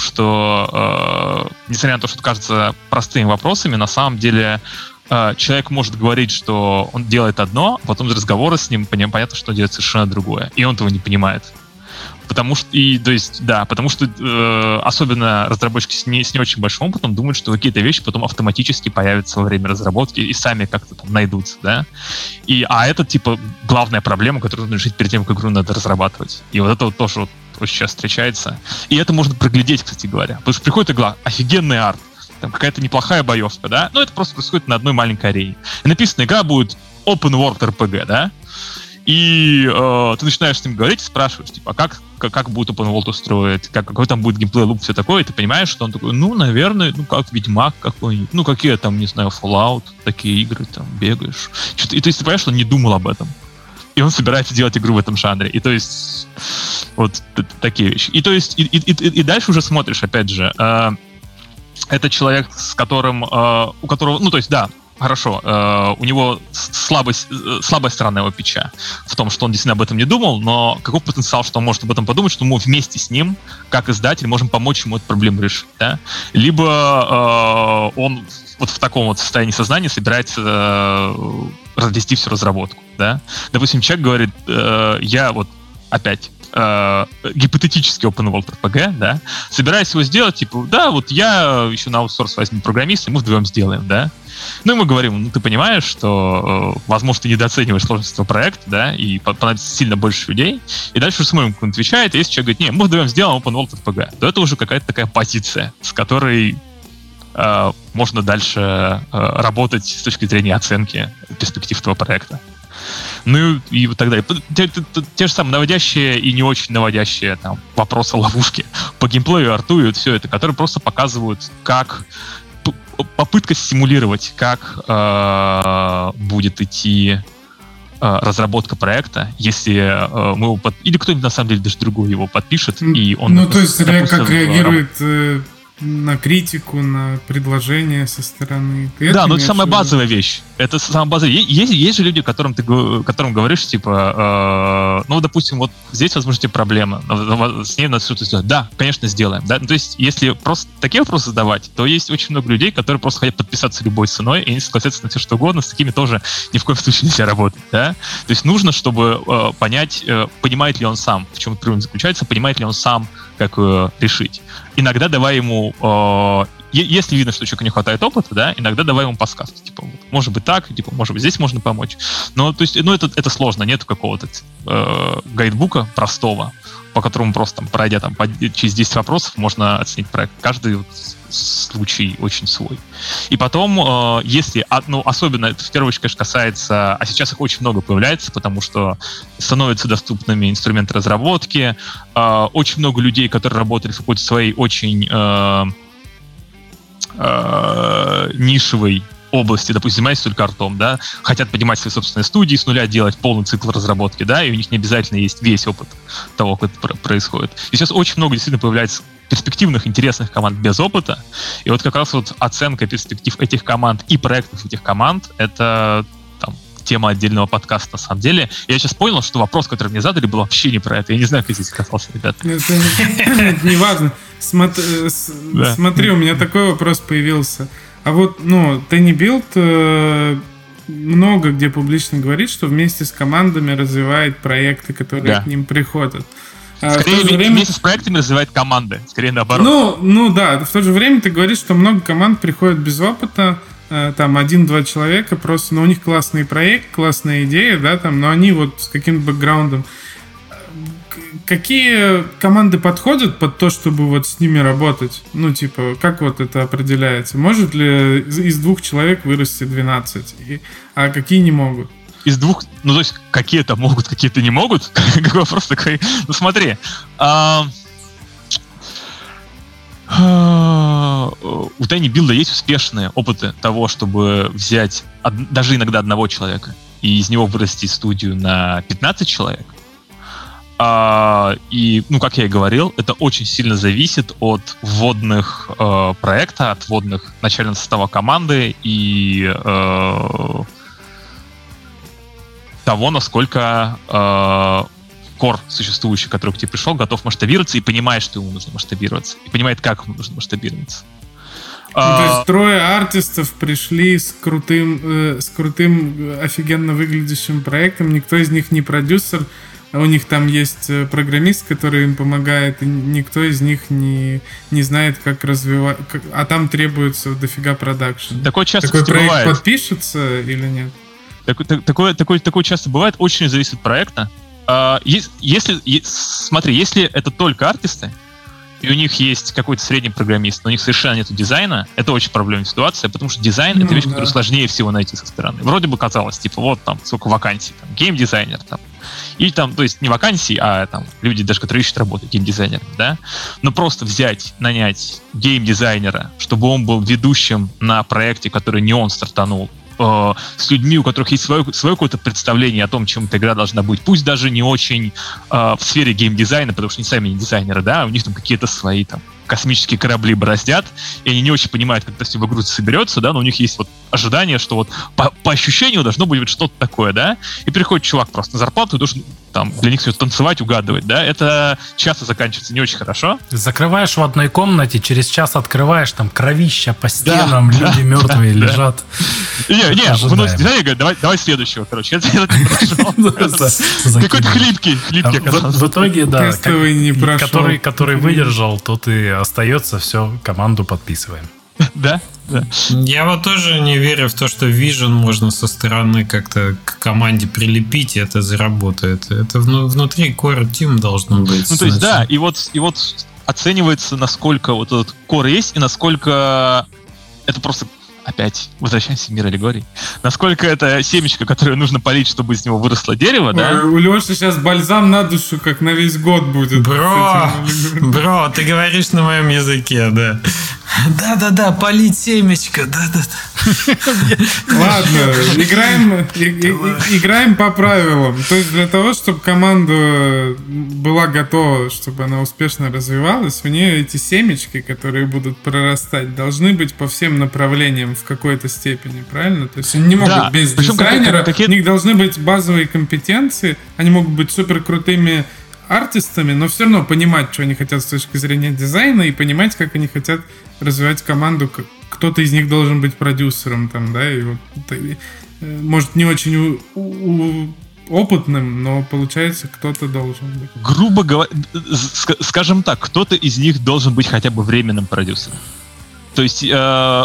что, э, несмотря на то, что это кажется простыми вопросами, на самом деле человек может говорить, что он делает одно, а потом из разговора с ним понятно, что он делает совершенно другое. И он этого не понимает. Потому что, и, то есть, да, потому что э, особенно разработчики с не, с не очень большим опытом думают, что какие-то вещи потом автоматически появятся во время разработки и сами как-то там найдутся, да. И, а это, типа, главная проблема, которую нужно решить перед тем, как игру надо разрабатывать. И вот это вот тоже вот очень часто встречается. И это можно проглядеть, кстати говоря. Потому что приходит игра, офигенный арт, там какая-то неплохая боевка, да, но это просто происходит на одной маленькой арене. И написано, игра будет Open World эр пи джи, да, и э, ты начинаешь с ним говорить и спрашиваешь, типа, а как, как, как будет Open World устроить, как, какой там будет геймплей, луп, все такое, и ты понимаешь, что он такой, ну, наверное, ну, как Ведьмак какой-нибудь, ну, какие там, не знаю, Fallout, такие игры, там, бегаешь. Что-то, и то есть ты понимаешь, что он не думал об этом. И он собирается делать игру в этом жанре. И то есть, вот такие вещи. И то есть, и, и, и, и дальше уже смотришь, опять же, э, это человек, с которым, э, у которого, ну, то есть, да, хорошо, э, у него слабость, э, слабая сторона его питча в том, что он действительно об этом не думал, но каков потенциал, что он может об этом подумать, что мы вместе с ним, как издатель, можем помочь ему эту проблему решить, да? Либо э, он вот в таком вот состоянии сознания собирается э, развести всю разработку, да? Допустим, человек говорит, э, я вот опять Uh, гипотетический Open World эр пи джи, да, собираюсь его сделать, типа, да, вот я еще на аутсорс возьму программиста, и мы вдвоем сделаем, да. Ну, и мы говорим, ну, ты понимаешь, что, uh, возможно, ты недооцениваешь сложность этого проекта, да, и понадобится сильно больше людей, и дальше уже смотрим, как он отвечает, и если человек говорит, не, мы вдвоем сделаем Open World эр пи джи, то это уже какая-то такая позиция, с которой uh, можно дальше uh, работать с точки зрения оценки перспектив этого проекта. Ну и вот так далее. Те, те, те же самые наводящие и не очень наводящие там вопросы, ловушки по геймплею, арту и вот все это, которые просто показывают, как попытка стимулировать, как э, будет идти э, разработка проекта, если э, мы его под... или кто-нибудь на самом деле даже другой его подпишет, и он... Ну, то есть, допустим, как реагирует э, на критику, на предложение со стороны. Ты да, но это самая базовая вещь. Это самая базовая. Есть, есть же люди, которым ты которым говоришь, типа, э, ну, допустим, вот здесь, возможно, тебе проблема, с ней надо что-то сделать. Да, конечно, сделаем. Да? Ну, то есть, если просто такие вопросы задавать, то есть очень много людей, которые просто хотят подписаться любой ценой, и они согласятся на все, что угодно, с такими тоже ни в коем случае нельзя работать. Да? То есть нужно, чтобы э, понять, э, понимает ли он сам, в чем проблема заключается, понимает ли он сам, как э, решить. Иногда давай ему, э, если видно, что человеку не хватает опыта, да, иногда давай ему подсказки, типа, может быть так, типа, может быть здесь можно помочь. Но то есть, ну это, это сложно, нет какого-то э, гайдбука простого, по которому просто там, пройдя там по, через десять вопросов, можно оценить проект. Каждый вот, случай очень свой. И потом, э, если, ну особенно это в первую очередь, конечно, касается, а сейчас их очень много появляется, потому что становятся доступными инструменты разработки, э, очень много людей, которые работали в какой-то своей очень э, э, нишевой области, допустим, занимаются только артом, да, хотят поднимать свои собственные студии, с нуля делать полный цикл разработки, да, и у них не обязательно есть весь опыт того, как это происходит. И сейчас очень много действительно появляется перспективных, интересных команд без опыта, и вот как раз вот оценка перспектив этих команд и проектов этих команд — это там тема отдельного подкаста на самом деле. Я сейчас понял, что вопрос, который мне задали, был вообще не про это. Я не знаю, как здесь касался, ребят. Это не важно. Смотри, у меня такой вопрос появился. А вот, ну, Тенни Билд э, много где публично говорит, что вместе с командами развивает проекты, которые да. к ним приходят. А скорее, время... вместе с проектами развивает команды, скорее наоборот. Ну, ну да, в то же время ты говоришь, что много команд приходят без опыта, э, там один-два человека просто, но у них классный проект, классная идея, да, там, но они вот с каким-то бэкграундом. Какие команды подходят под то, чтобы вот с ними работать? Ну, типа, как вот это определяется? Может ли из двух человек вырасти двенадцать? И, а какие не могут? Из двух... Ну, то есть, какие-то могут, какие-то не могут? Как вопрос такой. Ну, смотри. А... У Тайни Билда есть успешные опыты того, чтобы взять од... даже иногда одного человека и из него вырасти студию на пятнадцать человек. Uh, и, ну, как я и говорил, это очень сильно зависит от вводных uh, проекта, от вводных начального состава команды и uh, того, насколько uh, кор существующий, который к тебе пришел, готов масштабироваться и понимает, что ему нужно масштабироваться, и понимает, как ему нужно масштабироваться. Ну, uh, то есть трое артистов пришли с крутым, э, с крутым, офигенно выглядящим проектом, никто из них не продюсер. У них там есть программист, который им помогает, и никто из них не, не знает, как развивать. Как, а там требуется дофига продакшн. Такое часто Такой проект бывает. Подпишется или нет? Так, так, такое, такое, такое часто бывает, очень зависит от проекта. А, если, если, смотри, если это только артисты, и у них есть какой-то средний программист, но у них совершенно нет дизайна, это очень проблемная ситуация, потому что дизайн ну, — это вещь, да. которую сложнее всего найти со стороны. Вроде бы казалось, типа, вот там сколько вакансий, там, гейм-дизайнер, там, и там, то есть не вакансий, а там люди даже, которые ищут работу гейм-дизайнером, да, но просто взять, нанять гейм-дизайнера, чтобы он был ведущим на проекте, который не он стартанул, э, с людьми, у которых есть свое, свое какое-то представление о том, чем эта игра должна быть, пусть даже не очень э, в сфере гейм-дизайна, потому что они сами не дизайнеры, да, у них там какие-то свои там космические корабли бороздят, и они не очень понимают, как это все в игру соберется, да, но у них есть вот ожидание, что вот по, по ощущению должно быть что-то такое, да, и приходит чувак просто на зарплату и должен там для них все танцевать, угадывать, да, это часто заканчивается не очень хорошо. Закрываешь в одной комнате, через час открываешь, там кровища по стенам, да, люди да, мертвые да, лежат. Да. Не, не, вносит дизайн говорит, давай, давай следующего, короче, это не прошел. Какой-то хлипкий, хлипкий оказался. В итоге, да, который выдержал, тот и остается, все, команду подписываем. Да, да. Я вот тоже не верю в то, что Vision можно со стороны как-то к команде прилепить, и это заработает. Это внутри Core Team должно быть. Ну, то есть, да, и вот, и вот оценивается, насколько вот этот Core есть, и насколько это просто... Опять возвращаемся в мир аллегорий. Насколько это семечко, которое нужно полить, чтобы из него выросло дерево, да? Ой, у Леши сейчас бальзам на душу, как на весь год будет. Бро, бро, ты говоришь на моем языке, да. Да-да-да, полить семечко, да-да-да. Ладно, играем, играем по правилам. То есть для того, чтобы команда была готова, чтобы она успешно развивалась, у нее эти семечки, которые будут прорастать, должны быть по всем направлениям в какой-то степени, правильно? То есть они не могут да. без Причем дизайнера, какие... у них должны быть базовые компетенции, они могут быть супер крутыми артистами, но все равно понимать, что они хотят с точки зрения дизайна, и понимать, как они хотят развивать команду. Кто-то из них должен быть продюсером, там, да, и вот, может, не очень у, у, опытным, но, получается, кто-то должен быть. Грубо говоря, скажем так, кто-то из них должен быть хотя бы временным продюсером. То есть... Э-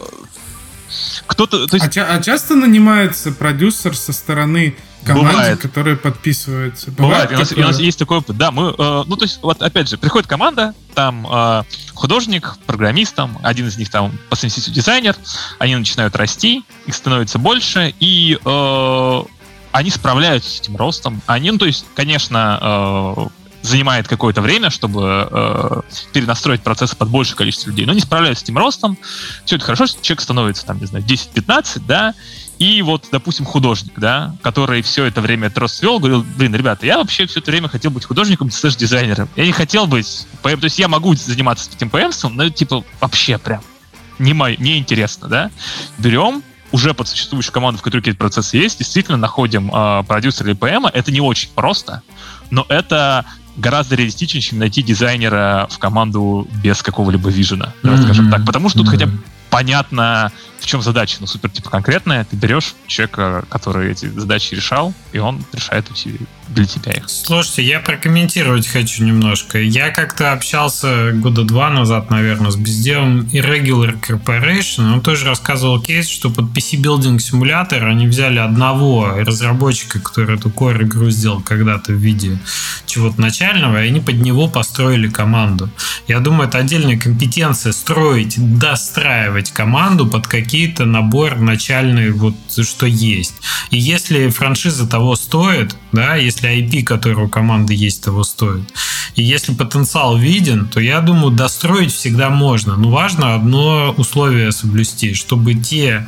Кто-то, то есть... а, а часто нанимается продюсер со стороны команды, Бывает. которые подписываются? Бывает. Бывает. У, нас, у нас есть такой опыт. Да, мы, э, ну, то есть, вот опять же, приходит команда, там э, художник, программист, там, один из них там по совместительству дизайнер, они начинают расти, их становится больше, и э, они справляются с этим ростом. Они, ну, то есть, конечно, э, занимает какое-то время, чтобы э, перенастроить процессы под большее количество людей, но не справляются с этим ростом. Все это хорошо, человек становится, там, не знаю, десять-пятнадцать, да, и вот, допустим, художник, да, который все это время этот рост вел, говорил, блин, ребята, я вообще все это время хотел быть художником, слэш-дизайнером. Я не хотел быть пи эм, то есть я могу заниматься этим пи эм-ством, но, типа, вообще прям не, мой, не интересно, да. Берем уже под существующую команду, в которой какие-то процессы есть, действительно находим э, продюсера или пи эм. Это не очень просто, но это гораздо реалистичнее, чем найти дизайнера в команду без какого-либо вижена, mm-hmm. скажем так. Потому что тут mm-hmm. хотя бы понятно, в чем задача, ну, супер, типа, конкретная. Ты берешь человека, который эти задачи решал, и он решает для тебя их. Слушайте, я прокомментировать хочу немножко. Я как-то общался года два назад, наверное, с безделом Irregular Corporation. Он тоже рассказывал кейс, что под пи си-билдинг симулятор они взяли одного разработчика, который эту core-игру сделал когда-то в виде чего-то начального, и они под него построили команду. Я думаю, это отдельная компетенция — строить, достраивать команду под какие-то набор начальный, вот что есть. И если франшиза того стоит, да, если ай пи, который у команды есть, того стоит, и если потенциал виден, то я думаю, достроить всегда можно. Но важно одно условие соблюсти, чтобы те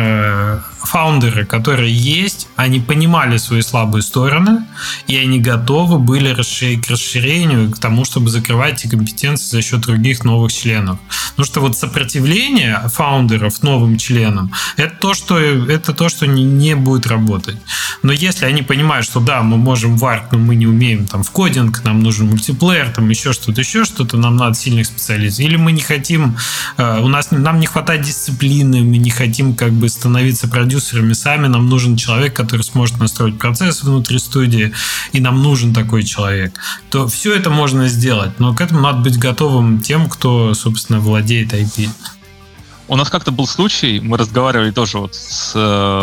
э, фаундеры, которые есть, они понимали свои слабые стороны, и они готовы были расширить, к расширению, к тому, чтобы закрывать эти компетенции за счет других новых членов. Потому что вот сопротивление фаундеров новым членам — это то, что, это то, что не, не будет работать. Но если они понимают, что да, мы можем в арт, но мы не умеем там в кодинг, нам нужен мультиплеер, там еще что-то, еще что-то, нам надо сильных специалистов. Или мы не хотим, у нас, нам не хватает дисциплины, мы не хотим как бы становиться продюсерами сами, нам нужен человек, который сможет настроить процесс внутри студии, и нам нужен такой человек. То все это можно сделать, но к этому надо быть готовым тем, кто, собственно, владеет ай пи. У нас как-то был случай, мы разговаривали тоже вот с...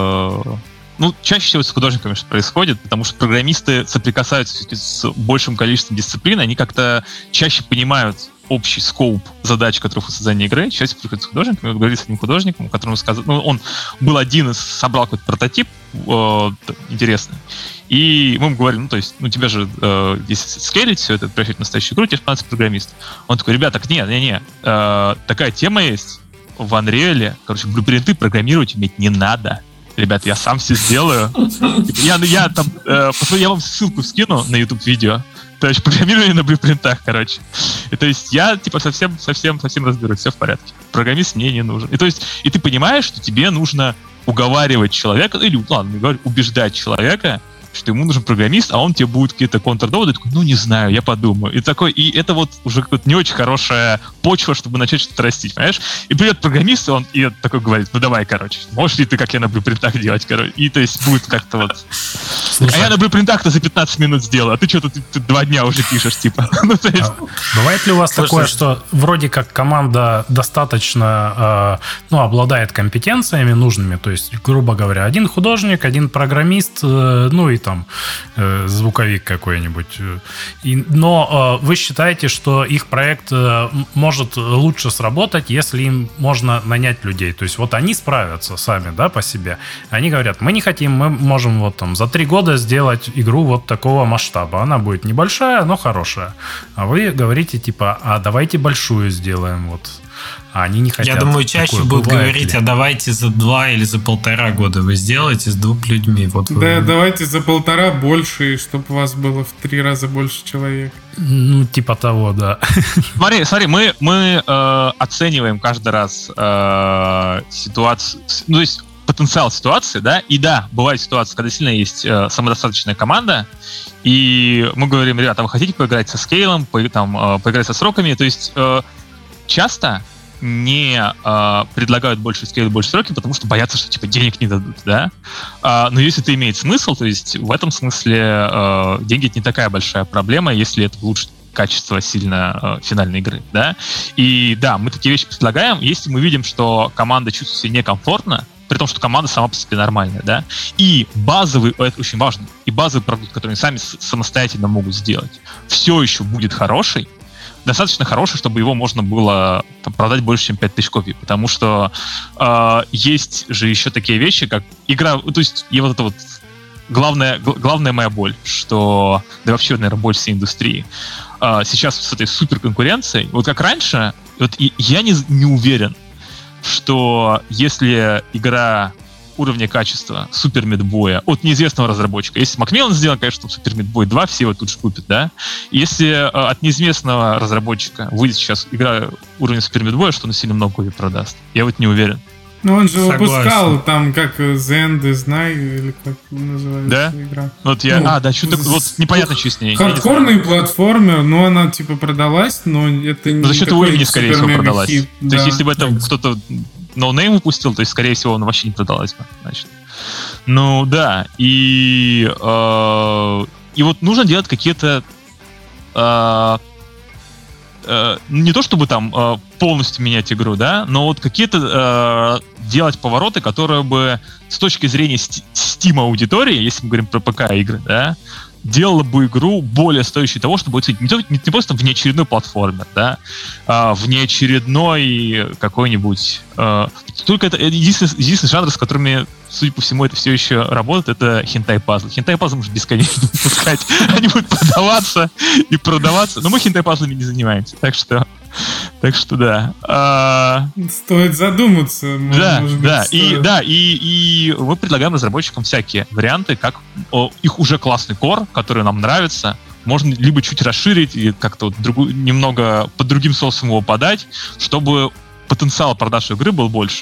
Ну, чаще всего с художниками что происходит, потому что программисты соприкасаются с большим количеством дисциплин, они как-то чаще понимают общий скоуп задач, которых у создания игры. Чаще приходят с художниками, вот говорит с одним художником, которому сказал, ну, он был один из, собрал какой-то прототип э, интересный, и мы ему говорим, ну, то есть, ну, тебе же, э, если скейлить все это, превращать в настоящую игру, тебе понадобится программист. Он такой, ребята, так нет, не, не, э, такая тема есть в Unreal, короче, блюпринты программировать уметь не надо. Ребят, я сам все сделаю. Я, я там, э, я вам ссылку скину на YouTube-видео. То есть программирование на блюпринтах, короче. И то есть я, типа, совсем, совсем, совсем разберусь, все в порядке. Программист мне не нужен. И то есть, и ты понимаешь, что тебе нужно уговаривать человека, или, ладно, не говорю, убеждать человека, что ему нужен программист, а он тебе будет какие-то контрдоводы, такой, ну, не знаю, я подумаю. И такой, и это вот уже не очень хорошая почва, чтобы начать что-то растить, понимаешь? И придет программист, и он и такой говорит, ну, давай, короче, можешь ли ты, как я на блюпринтах делать, короче? И то есть будет как-то вот... Слушай, а я на блюпринтах-то за пятнадцать минут сделал, а ты что-то ты, ты два дня уже пишешь, типа. ну, то есть... а бывает ли у вас Слушай, такое, что вроде как команда достаточно, э, ну, обладает компетенциями нужными, то есть, грубо говоря, один художник, один программист, э, ну, и там э, звуковик какой-нибудь. И, но э, вы считаете, что их проект э, может лучше сработать, если им можно нанять людей. То есть вот они справятся сами, да, по себе. Они говорят, мы не хотим, мы можем вот там за три года сделать игру вот такого масштаба. Она будет небольшая, но хорошая. А вы говорите типа, а давайте большую сделаем вот. а они не хотят. Я думаю, чаще Такое будут бывает говорить, ли? а давайте за два или за полтора года вы сделаете с двумя людьми. Вот вы... Да, давайте за полтора больше, чтобы у вас было в три раза больше человек. Ну, типа того, да. Смотри, смотри, мы, мы э, оцениваем каждый раз э, ситуацию, ну, то есть потенциал ситуации, да, и да, бывает ситуация, когда сильно есть э, самодостаточная команда, и мы говорим, ребята, вы хотите поиграть со скейлом, по, там, э, поиграть со сроками, то есть э, часто не э, предлагают больше скейл, больше сроки, потому что боятся, что типа денег не дадут, да. А, но если это имеет смысл, то есть в этом смысле э, деньги это не такая большая проблема, если это улучшит качество сильно э, финальной игры, да. И да, мы такие вещи предлагаем, если мы видим, что команда чувствует себя некомфортно, при том, что команда сама по себе нормальная, да, и базовый, это очень важно, и базовый продукт, который они сами самостоятельно могут сделать, все еще будет хороший, достаточно хороший, чтобы его можно было там, продать больше, чем пять тысяч копий, потому что э, есть же еще такие вещи, как игра, то есть и вот это вот главная, главная моя боль, что, да вообще, наверное, боль всей индустрии, э, сейчас с этой суперконкуренцией, вот как раньше, вот и я не, не уверен, что если игра уровня качества Супер Мидбоя от неизвестного разработчика, если Макмиллан сделал, конечно, Супер Мидбой два, все его тут же купят, да? Если э, от неизвестного разработчика выйдет сейчас игра уровня Супер Мидбоя, что он сильно много копий продаст. Я вот не уверен. Ну, он же Согласен. выпускал там, как The End is Nigh, или как называется Да? игра. Вот я, Ну, а, да, что-то вот непонятно, что с ней. Хардкорный платформер, но она типа продалась, но это не Но за счет такой уровня, скорее всего, супер-мега продалась. хит, То да. есть, если бы это кто-то ноунейм выпустил, то есть, скорее всего, он вообще не продалась бы, значит. Ну, да, и, э, и вот нужно делать какие-то э, э, не то чтобы там э, полностью менять игру, да, но вот какие-то э, делать повороты, которые бы с точки зрения Steam аудитории, если мы говорим про ПК-игры, да, делала бы игру более стоящей того, чтобы быть не, не, не просто внеочередной платформер, да, а внеочередной какой-нибудь... Э, только это единственный, единственный жанр, с которыми, судя по всему, это все еще работает, это хентай-пазлы. Хентай-пазлы можно бесконечно выпускать. Они будут продаваться и продаваться. Но мы хентай-пазлами не занимаемся. Так что... Так что да. А... Стоит задуматься. Да, может да, быть, и, стоит. да и, и мы предлагаем разработчикам всякие варианты, как о, их уже классный кор, который нам нравится, можно либо чуть расширить и как-то вот другую, немного под другим соусом его подать, чтобы потенциал продаж игры был больше.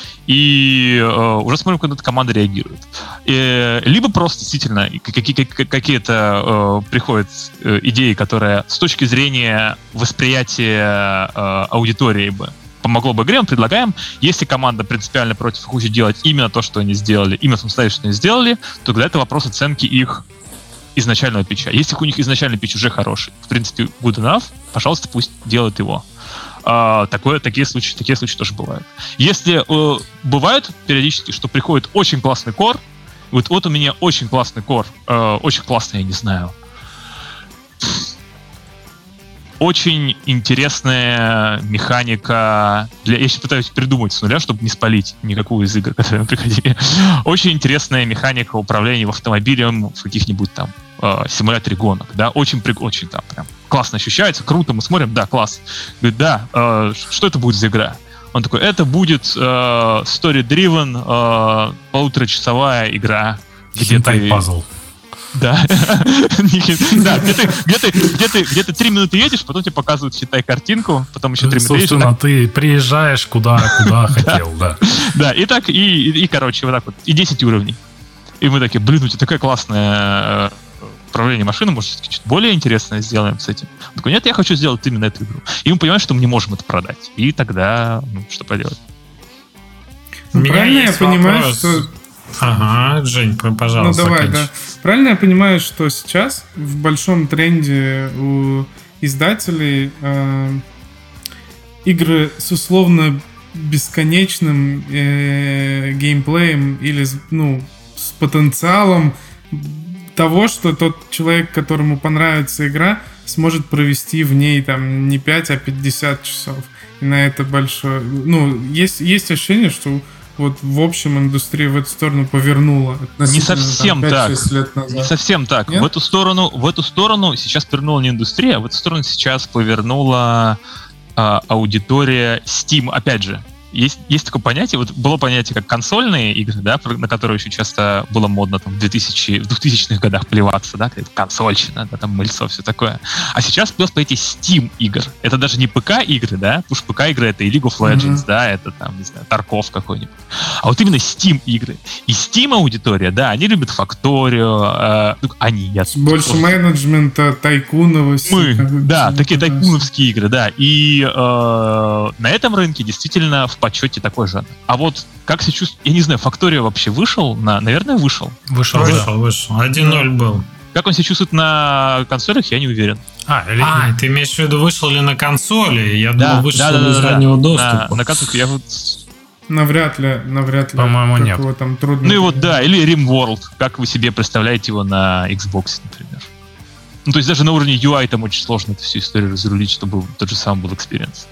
И э, уже смотрим, как эта команда реагирует. И, либо просто действительно какие- какие-то э, приходят э, идеи, которые с точки зрения восприятия э, аудитории бы помогло бы игре, мы предлагаем. Если команда принципиально против и хочет делать именно то, что они сделали, именно самостоятельно сделали, то тогда это вопрос оценки их изначального питча. Если у них изначальный питч уже хороший, в принципе, good enough, пожалуйста, пусть делают его. Uh, такое, такие, случаи, такие случаи тоже бывают. Если uh, бывает периодически, что приходит очень классный кор, вот, вот у меня очень классный кор, uh, очень классный, я не знаю, очень интересная механика. Для... Я сейчас пытаюсь придумать с нуля, чтобы не спалить никакую из игр, которые мы приходили. Очень интересная механика управления автомобилем в каких-нибудь там э, симуляторе гонок. Да? Очень, очень там прям классно ощущается, круто, мы смотрим, да, класс. Говорит, да, э, что это будет за игра? Он такой, это будет э, story-driven, э, полуторачасовая игра. Хентай-пазл. Да. Да, где ты, где ты, где ты, где ты три минуты едешь, потом тебе показывают хентай картинку, потом еще три минуты едешь. Собственно, ты приезжаешь куда, куда хотел, да. Да, и так, и, и, короче, вот так вот, и десять уровней. И мы такие, блин, у тебя такая классная управление машиной, может, что-то более интересное сделаем с этим. Он такой, нет, я хочу сделать именно эту игру. И мы понимаем, что мы не можем это продать. И тогда, ну, что поделать? Ну, правильно я понимаю, вопрос. что... Ага, Жень, пожалуйста. Ну давай, заканчивай. да. Правильно я понимаю, что сейчас в большом тренде у издателей э, игры с условно бесконечным э, геймплеем или ну, с потенциалом того, что тот человек, которому понравится игра, сможет провести в ней там не пять, а пятьдесят часов. И на это большое... Ну, есть, есть ощущение, что вот в общем индустрия в эту сторону повернула. Не совсем там, так. лет назад. Не совсем так. Нет? В эту сторону, в эту сторону сейчас повернула не индустрия, а в эту сторону сейчас повернула а, аудитория Steam. Опять же, есть, есть такое понятие, вот было понятие как консольные игры, да, на которые еще часто было модно там, в двухтысячных годах плеваться, да, консольщина, да, там мыльцо, все такое. А сейчас появилось понятие Steam игр. Это даже не ПК-игры, да, потому что ПК-игры это и League of Legends, mm-hmm. да, это там, не знаю, Тарков какой-нибудь. А вот именно Steam игры. И Steam аудитория, да, они любят Факторию, э, ну, они, я... Больше просто... менеджмента, тайкуновости. Мы, да, такие тайкуновские игры, да. И э, на этом рынке действительно в почете такой жанр. А вот как себя чувствует... Я не знаю, Фактория вообще вышел? На, наверное, вышел. Вышел, вышел, да. вышел. один ноль был. Как он себя чувствует на консолях, я не уверен. А, или... а ты имеешь в виду, вышел ли на консоли? Я да, думал, вышел да, да, из да, раннего да. доступа. На, на консолях я вот... Навряд ли, навряд ли. По-моему, нет. Там трудно. Ну и вот, да, или RimWorld. Как вы себе представляете его на Xbox, например? Ну, то есть даже на уровне ю ай там очень сложно эту всю историю разрулить, чтобы тот же самый был экспириенс.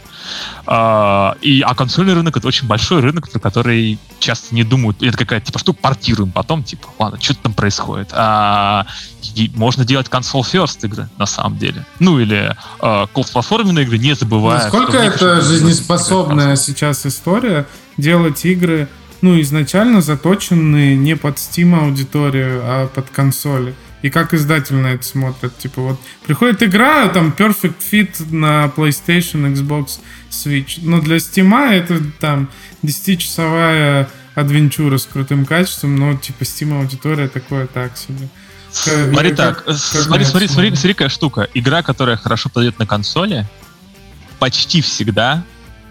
А, и, а консольный рынок — это очень большой рынок, про который часто не думают. Это какая-то, типа, что портируем потом, типа, ладно, что там происходит. А, можно делать консоль first игры, на самом деле. Ну, или а, кросс-платформенные игры, не забывая... Насколько это жизнеспособная сейчас история делать игры, ну, изначально заточенные не под Steam аудиторию, а под консоли. И как издатель на это смотрят. Типа вот приходит игра, там Perfect Fit на PlayStation, Xbox, Switch. Но для Steam это там десятичасовая адвенчура с крутым качеством, но типа Steam аудитория такое так себе. Смотри так, как, смотри, смотри, смотри, смотри, какая штука. Игра, которая хорошо подойдет на консоли, почти всегда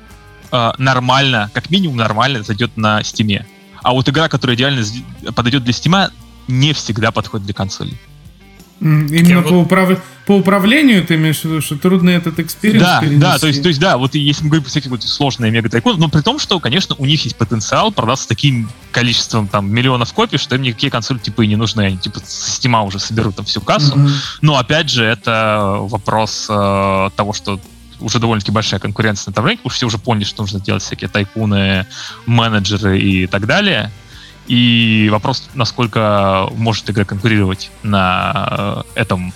э, нормально, как минимум нормально зайдет на Steam. А вот игра, которая идеально подойдет для Steam, не всегда подходит для консолей. Именно по, вот... управ... по управлению ты имеешь в виду, что трудно этот экспириенс да, перенести? Да, то есть, то есть, да, вот если мы говорим про всякие вот сложные мега-тайконы, но при том, что, конечно, у них есть потенциал продаться таким количеством там миллионов копий, что им никакие консоли типа и не нужны, они типа с Steam уже соберут там всю кассу. Mm-hmm. Но опять же, это вопрос э, того, что уже довольно-таки большая конкуренция на этом рынке, потому что все уже поняли, что нужно делать всякие тайкуны, менеджеры и так далее. И вопрос, насколько может игра конкурировать на этом,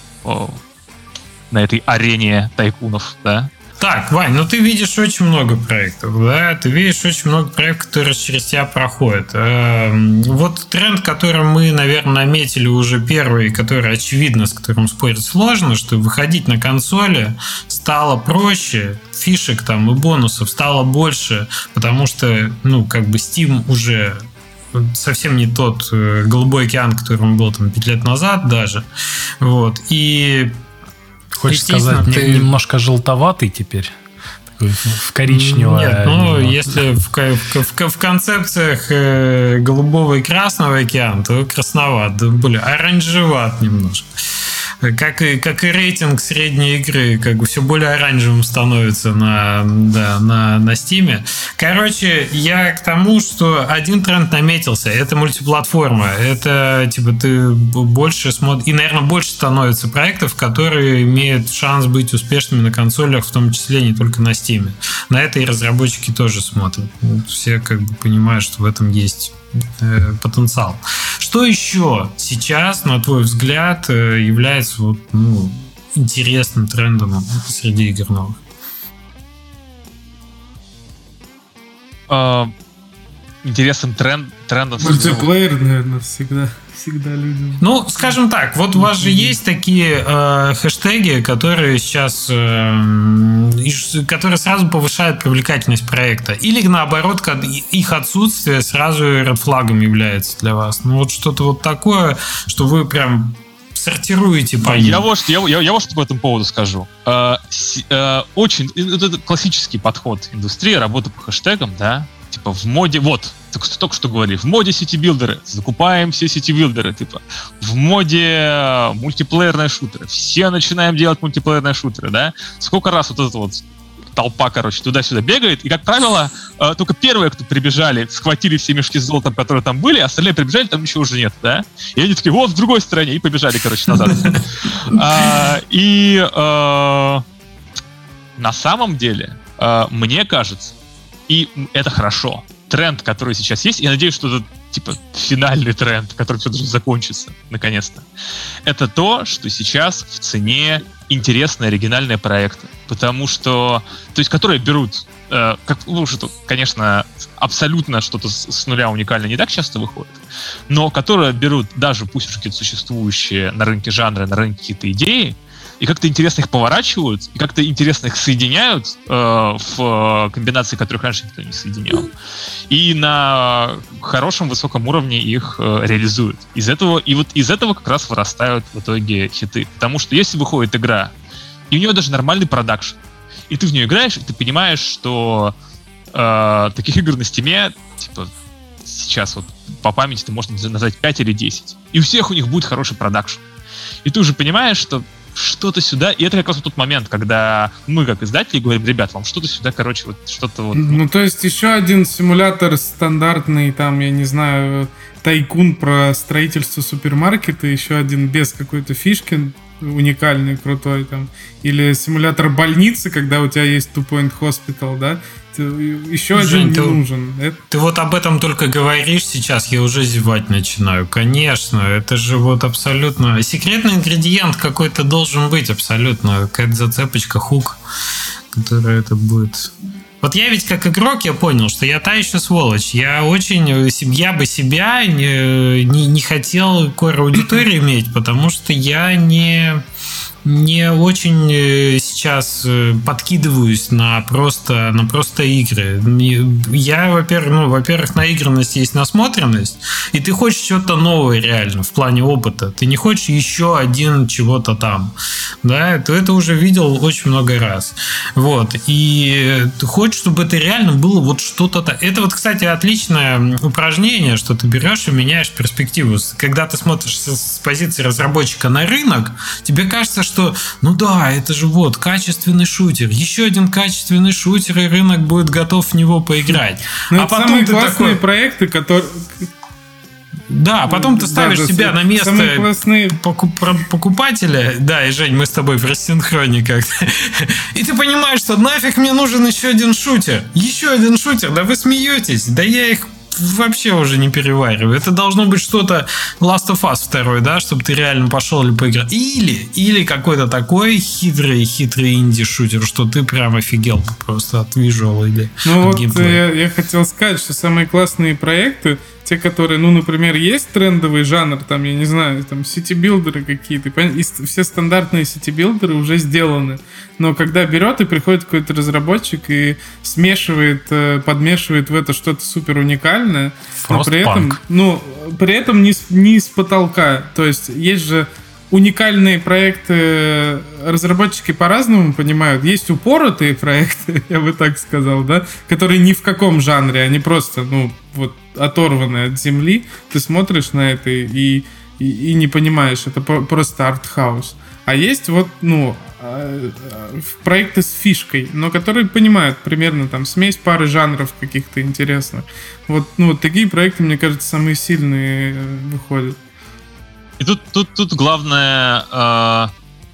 на этой арене тайкунов, да? Так, Вань, ну ты видишь очень много проектов, да? Ты видишь очень много проектов, которые через тебя проходят. Вот тренд, который мы, наверное, наметили уже первый, который очевидно, с которым спорить сложно, что выходить на консоли стало проще, фишек там и бонусов стало больше, потому что, ну, как бы Steam уже... совсем не тот э, голубой океан, который он был там пять лет назад даже. Вот. И хочешь сказать, ты... немножко желтоватый теперь? Такой в коричневое. Нет, ну, немного. Если в, в, в, в концепциях э, голубого и красного океана, то красноват, более оранжеват немножко. Как и, как и рейтинг средней игры, как бы все более оранжевым становится на, да, на, на Steam. Короче, я к тому, что один тренд наметился. Это мультиплатформа. Это типа ты больше смотришь. И, наверное, больше становится проектов, которые имеют шанс быть успешными на консолях, в том числе не только на Steam. На это и разработчики тоже смотрят. Все как бы понимают, что в этом есть потенциал. Что еще сейчас, на твой взгляд, является вот, ну, интересным трендом среди игр новых? Uh, интересным тренд, трендом... Мультиплеер, наверное, всегда, всегда людям. Ну, скажем так, вот у вас же есть такие э, хэштеги, которые сейчас э, которые сразу повышают привлекательность проекта. Или наоборот, их отсутствие сразу редфлагом является для вас. Ну, вот что-то вот такое, что вы прям сортируете по ним. Я вот, я, я, я вот что по этому поводу скажу. Э, э, очень... Это классический подход индустрии, работа по хэштегам, да? Типа в моде... Вот, только, только что говорили. В моде сити-билдеры. Закупаем все сити-билдеры. Типа в моде мультиплеерные шутеры. Все начинаем делать мультиплеерные шутеры, да? Сколько раз вот эта вот толпа, короче, туда-сюда бегает, и, как правило, э, только первые, кто прибежали, схватили все мешки с золотом, которые там были, а остальные прибежали, там ничего уже нет, да? И они такие, вот, в другой стороне, и побежали, короче, назад. И на самом деле, мне кажется, и это хорошо, тренд, который сейчас есть, я надеюсь, что это, типа, финальный тренд, который все должен закончиться, наконец-то, это то, что сейчас в цене интересные, оригинальные проекты. Потому что... То есть, которые берут... Э, как, ну, что, конечно, абсолютно что-то с, с нуля уникально не так часто выходит, но которые берут даже, пусть уже какие-то существующие на рынке жанры, на рынке какие-то идеи, и как-то интересно их поворачивают, и как-то интересно их соединяют э, в комбинации, которых раньше никто не соединял. И на хорошем, высоком уровне их э, реализуют. Из этого, и вот из этого как раз вырастают в итоге хиты. Потому что если выходит игра, и у нее даже нормальный продакшн, и ты в нее играешь, и ты понимаешь, что э, таких игр на Стиме, типа, сейчас вот по памяти ты можешь назвать пять или десять. И у всех у них будет хороший продакшн. И ты уже понимаешь, что что-то сюда, и это как раз вот тот момент, когда мы, как издатели, говорим, ребят, вам что-то сюда, короче, вот что-то вот... Ну, то есть еще один симулятор стандартный, там, я не знаю, тайкун про строительство супермаркета, еще один без какой-то фишки, уникальный, крутой, там, или симулятор больницы, когда у тебя есть Two Point Hospital, да, еще Жень, один не ты, нужен. Это... Ты вот об этом только говоришь сейчас, я уже зевать начинаю. Конечно, это же вот абсолютно... Секретный ингредиент какой-то должен быть абсолютно. Какая-то зацепочка, хук, которая это будет... Вот я ведь как игрок, я понял, что я та еще сволочь. Я очень... Я бы себя не, не, не хотел кор-аудиторию иметь, потому что я не... не очень сейчас подкидываюсь на просто, на просто игры. Я, во-первых, ну, во-первых, наигранность есть насмотренность, и ты хочешь что-то новое реально в плане опыта. Ты не хочешь еще один чего-то там. Да, ты это уже видел очень много раз. Вот. И ты хочешь, чтобы это реально было вот что-то... Это вот, кстати, отличное упражнение, что ты берешь и меняешь перспективу. Когда ты смотришь с позиции разработчика на рынок, тебе кажется, что, ну да, это же вот качественный шутер, еще один качественный шутер, и рынок будет готов в него поиграть. Ну, а это потом самые ты классные такой... проекты, которые... Да, а потом ты ставишь да, да, себя на место классные... покупателя, да, и, Жень, мы с тобой в рассинхроне как-то, и ты понимаешь, что нафиг мне нужен еще один шутер, еще один шутер, да вы смеетесь, да я их вообще уже не перевариваю. Это должно быть что-то Last of Us два, да, чтобы ты реально пошел или поиграл. Или, или какой-то такой хитрый, хитрый инди-шутер, что ты прям офигел просто от визуала или ну от вот геймплея. Я, я хотел сказать, что самые классные проекты, те, которые, ну, например, есть трендовый жанр, там, я не знаю, там, сити-билдеры какие-то, и все стандартные сити-билдеры уже сделаны. Но когда берет и приходит какой-то разработчик и смешивает, подмешивает в это что-то супер уникальное, но при этом, ну, при этом не, не с потолка. То есть есть же уникальные проекты, разработчики по-разному понимают. Есть упоротые проекты, я бы так сказал, да, которые ни в каком жанре, они просто, ну, вот, оторваны от земли. Ты смотришь на это и, и, и не понимаешь, это просто артхаус. А есть вот, ну, проекты с фишкой, но которые понимают примерно там смесь пары жанров каких-то интересных. Вот, ну, вот такие проекты, мне кажется, самые сильные выходят. И тут, тут, тут главное, э,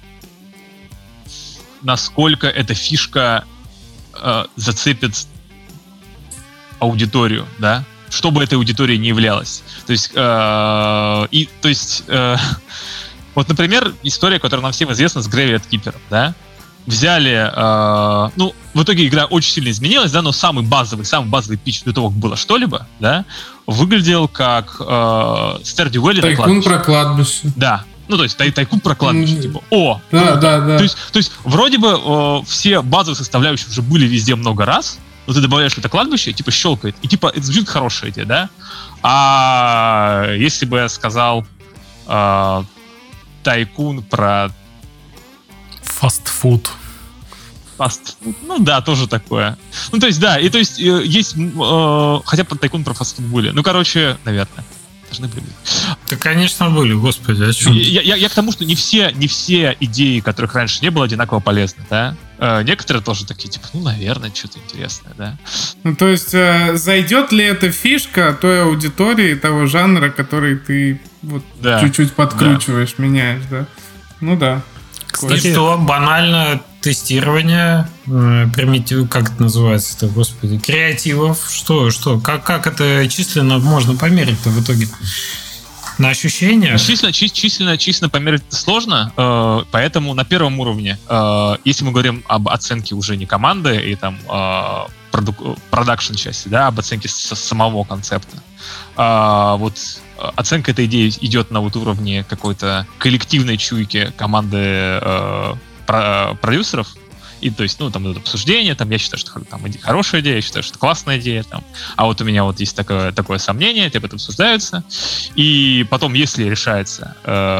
насколько эта фишка э, зацепит аудиторию, да, что бы этой аудиторией не являлось. То есть, э, и, то есть э, вот, например, история, которая нам всем известна с Graveyard Keeper, да, взяли, э, ну, в итоге игра очень сильно изменилась, да, но самый базовый, самый базовый питч до того, как было что-либо, да, выглядел как э, Stardew Valley. Тайкун про кладбище. Да. Ну, то есть тай, тайкун про кладбище, mm-hmm. типа, о! Да, круто. да, да. То есть, то есть вроде бы э, все базовые составляющие уже были везде много раз, но ты добавляешь это кладбище, типа, щелкает, и типа, это звучит хорошая идея, да? А если бы я сказал э, тайкун про... Фастфуд. Фастфуд. Ну да, тоже такое. Ну, то есть, да, и то есть, э, есть э, хотя бы тайкун про фастфуд были. Ну, короче, наверное. Должны были. Да, конечно, были, господи, о чем? Я, я, я к тому, что не все, не все идеи, которых раньше не было, одинаково полезны, да? Э, некоторые тоже такие, типа, ну, наверное, что-то интересное, да? Ну, то есть, э, зайдет ли эта фишка той аудитории, того жанра, который ты вот да. чуть-чуть подкручиваешь, да. меняешь, да? Ну, да. Кстати, и что, банально тестирование, э, примитив, как это называется-то, господи, креативов, что, что, как, как это численно можно померить-то в итоге? На ощущение? Численно, численно, численно померить это сложно, э, поэтому на первом уровне, э, если мы говорим об оценке уже не команды и там э, проду- продакшн части, да, об оценке с- самого концепта, э, вот оценка этой идеи идет на вот уровне какой-то коллективной чуйки команды э, про- продюсеров. И то есть, ну, там идут обсуждения, там, я считаю, что там хорошая идея, я считаю, что классная идея, там, а вот у меня вот есть такое, такое сомнение, это об этом обсуждаются, и потом, если решается,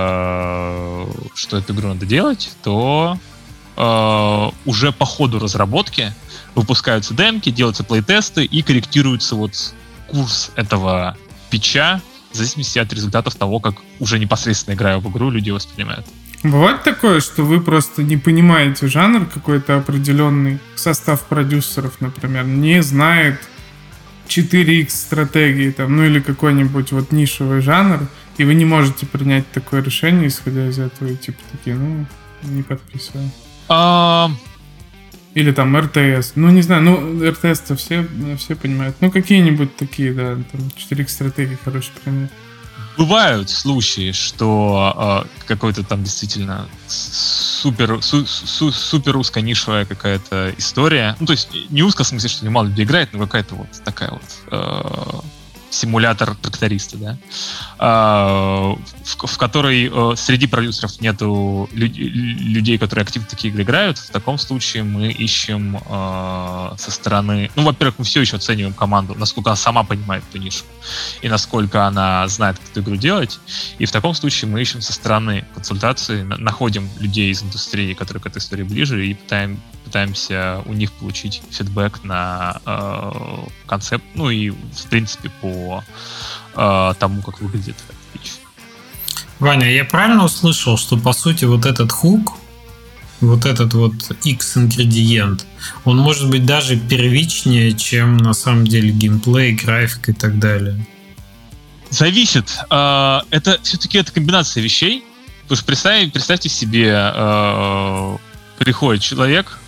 э, что эту игру надо делать, то э, уже по ходу разработки выпускаются демки, делаются плейтесты и корректируется вот курс этого питча в зависимости от результатов того, как уже непосредственно играя в игру, люди воспринимают. Бывает такое, что вы просто не понимаете жанр какой-то определенный, состав продюсеров, например, не знает четыре икс стратегии, там, ну или какой-нибудь вот нишевый жанр, и вы не можете принять такое решение, исходя из этого, и типа такие, ну, не подписываем. А... Или там эр тэ эс. Ну, не знаю, ну, эр тэ эс-то все, все понимают. Ну, какие-нибудь такие, да, там, четыре икс стратегии, хороший пример. Бывают случаи, что э, какой-то там действительно супер, су, су, супер узконишевая какая-то история. Ну, то есть не узко в смысле, что немало людей играет, но какая-то вот такая вот э, симулятор тракториста, да, э, в, в которой э, среди продюсеров нету лю- людей, которые активно такие игры играют. В таком случае мы ищем э, со стороны... Ну, во-первых, мы все еще оцениваем команду, насколько она сама понимает эту нишу и насколько она знает, как эту игру делать. И в таком случае мы ищем со стороны консультации, на- находим людей из индустрии, которые к этой истории ближе, и пытаем, пытаемся у них получить фидбэк на э, концепт, ну и, в принципе, по э, тому, как выглядит этот питч. Ваня, я правильно услышал, что, по сути, вот этот хук, вот этот вот X-ингредиент, он может быть даже первичнее, чем на самом деле геймплей, график и так далее? Зависит. Э, это все-таки это комбинация вещей. Потому что представь, представьте себе, э, приходит человек.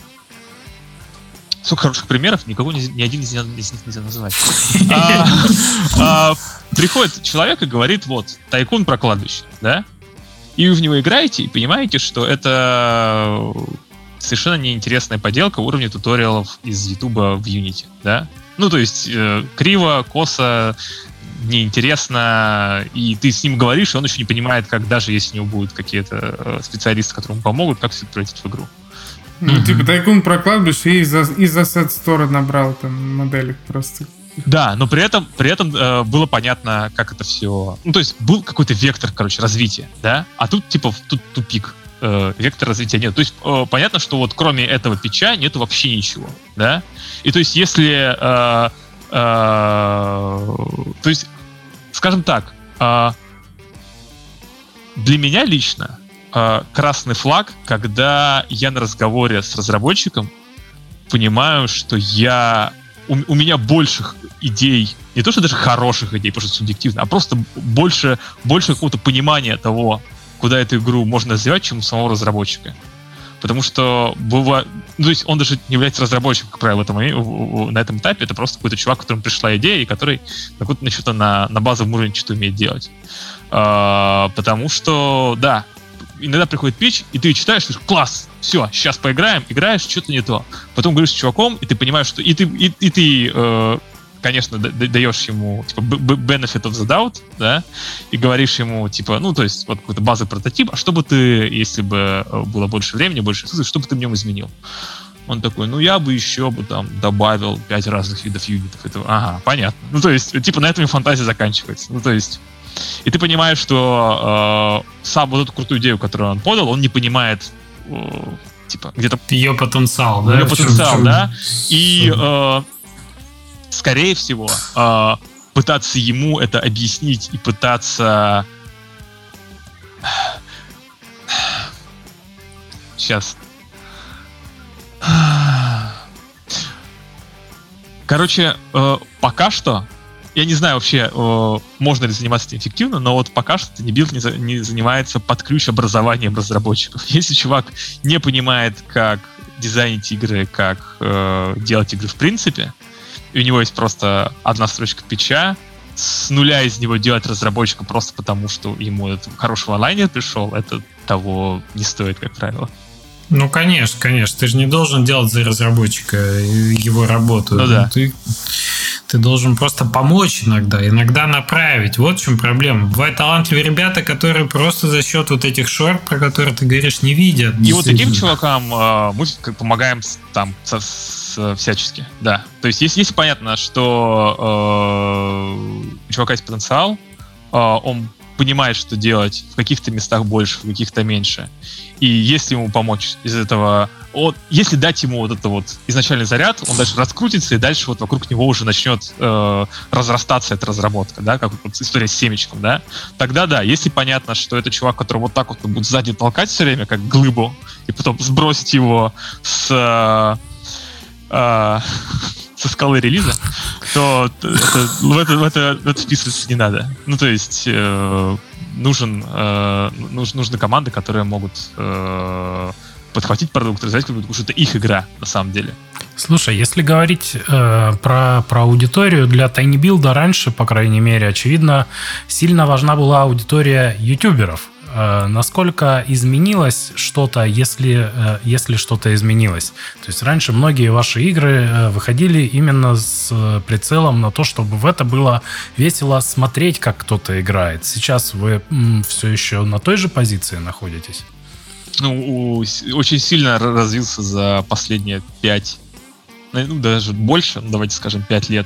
Сколько хороших примеров, никого ни, ни один из них нельзя называть. А, а, приходит человек и говорит, вот, тайкун про кладбище, да? И вы в него играете и понимаете, что это совершенно неинтересная поделка уровня туториалов из Ютуба в Unity, да? Ну, то есть, э, криво, косо, неинтересно, и ты с ним говоришь, и он еще не понимает, как даже если у него будут какие-то специалисты, которые ему помогут, как все это превратить в игру. Ну, mm-hmm. типа, тайкун про кладбище и из-за, из-за сет-стора набрал там моделек просто. Да, но при этом, при этом э, было понятно, как это все... Ну, то есть был какой-то вектор, короче, развития, да? А тут, типа, тут тупик. Э, вектор развития нет. То есть э, понятно, что вот кроме этого питча нету вообще ничего, да? И то есть если... Э, э, то есть, скажем так, э, для меня лично красный флаг, когда я на разговоре с разработчиком понимаю, что я у, у меня больше идей, не то что даже хороших идей, потому что субъективно, а просто больше, больше какого-то понимания того, куда эту игру можно развивать, чем у самого разработчика. Потому что бывает, ну, то есть он даже не является разработчиком, как правило, в этом, на этом этапе. Это просто какой-то чувак, которому пришла идея, и который на, что-то на, на базовом уровне что-то умеет делать. А, потому что, да, иногда приходит питч, и ты читаешь, что класс, все, сейчас поиграем, играешь, что-то не то. Потом говоришь с чуваком, и ты понимаешь, что и ты, и, и ты э, конечно, даешь ему типа benefit of the doubt, да, и говоришь ему, типа, ну, то есть, вот какой-то базовый прототип, а что бы ты, если бы было больше времени, больше ресурсов, что бы ты в нем изменил? Он такой, ну, я бы еще бы там добавил пять разных видов юнитов. Это, ага, понятно. Ну, то есть, типа, на этом и фантазия заканчивается. Ну, то есть, и ты понимаешь, что э, сам вот эту крутую идею, которую он подал, он не понимает, э, типа, где-то... Ее потенциал, да? Ее потенциал, чем, да. И, э, скорее всего, э, пытаться ему это объяснить и пытаться... Сейчас... Короче, э, пока что, я не знаю вообще, э, можно ли заниматься этим эффективно, но вот пока что Тинибилд не, за, не занимается под ключ образованием разработчиков. Если чувак не понимает, как дизайнить игры, как э, делать игры в принципе, и у него есть просто одна строчка питча, с нуля из него делать разработчика просто потому, что ему этот хороший онлайнер пришел, это того не стоит, как правило. Ну, конечно, конечно. Ты же не должен делать за разработчика его работу. Ну да. Ты, ты должен просто помочь иногда, иногда направить. Вот в чем проблема. Бывают талантливые ребята, которые просто за счет вот этих шорт, про которые ты говоришь, не видят. И вот таким чувакам э, мы как помогаем там со, с, всячески. Да. То есть, если, если понятно, что э, у чувака есть потенциал, э, он понимает, что делать в каких-то местах больше, в каких-то меньше. И если ему помочь из этого, вот, если дать ему вот это вот изначальный заряд, он дальше раскрутится, и дальше вот вокруг него уже начнет э, разрастаться эта разработка, да, как вот история с семечком, да. Тогда да, если понятно, что это чувак, который вот так вот будет сзади толкать все время, как глыбу, и потом сбросить его с... Э, э, со скалы релиза, то это, в, это, в, это, в это вписываться не надо. Ну, то есть э, нужен, э, нуж, нужны команды, которые могут э, подхватить продукт, развивать продукт, потому что это их игра, на самом деле. Слушай, если говорить э, про, про аудиторию, для TinyBuild раньше, по крайней мере, очевидно, сильно важна была аудитория ютуберов. Насколько изменилось что-то, если, если что-то изменилось? То есть раньше многие ваши игры выходили именно с прицелом на то, чтобы в это было весело смотреть, как кто-то играет. Сейчас вы все еще на той же позиции находитесь? Ну, очень сильно развился за последние пять, ну, даже больше, давайте скажем, пять лет.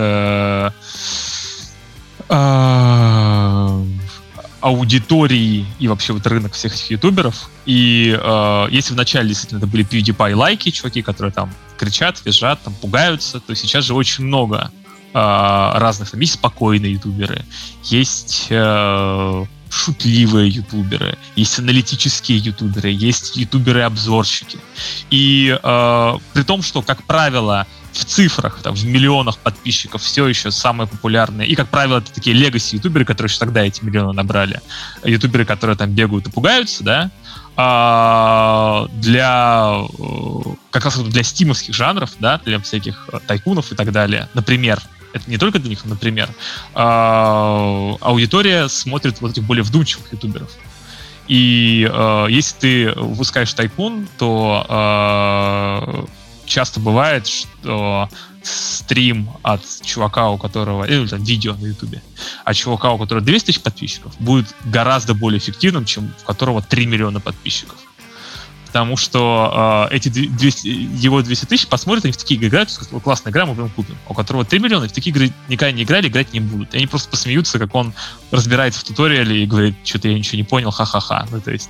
Аудитории и вообще вот рынок всех этих ютуберов. И э, если вначале действительно это были PewDiePie лайки, чуваки, которые там кричат, визжат, там пугаются, то сейчас же очень много э, разных. Там есть спокойные ютуберы, есть э, шутливые ютуберы, есть аналитические ютуберы, есть ютуберы-обзорщики. И э, при том, что, как правило, в цифрах, там, в миллионах подписчиков все еще самые популярные. И, как правило, это такие легаси-ютуберы, которые еще тогда эти миллионы набрали. Ютуберы, которые там бегают и пугаются, да. А для как раз для стимовских жанров, да, для всяких тайкунов и так далее. Например, это не только для них, но, например, а, аудитория смотрит вот этих более вдумчивых ютуберов. И а, если ты выпускаешь тайкун, то а, часто бывает, что стрим от чувака, у которого... Или там видео на ютубе. От чувака, у которого двести тысяч подписчиков, будет гораздо более эффективным, чем у которого три миллиона подписчиков. Потому что э, эти двести, его двести тысяч посмотрят, они в такие игры играют, скажут, классная игра, мы прям купим. У которого три миллиона, в такие игры никогда не играли, играть не будут. И они просто посмеются, как он разбирается в туториале и говорит, что-то я ничего не понял, ха-ха-ха. Ну, то есть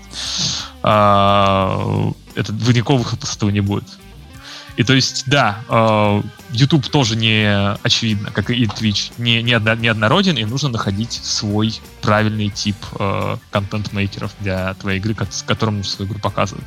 э, это никакого выхода с этого не будет. И то есть, да, YouTube тоже не очевидно, как и Twitch, не, не, одно, не однороден, и нужно находить свой правильный тип э, контент-мейкеров для твоей игры, с которым нужно свою игру показывать.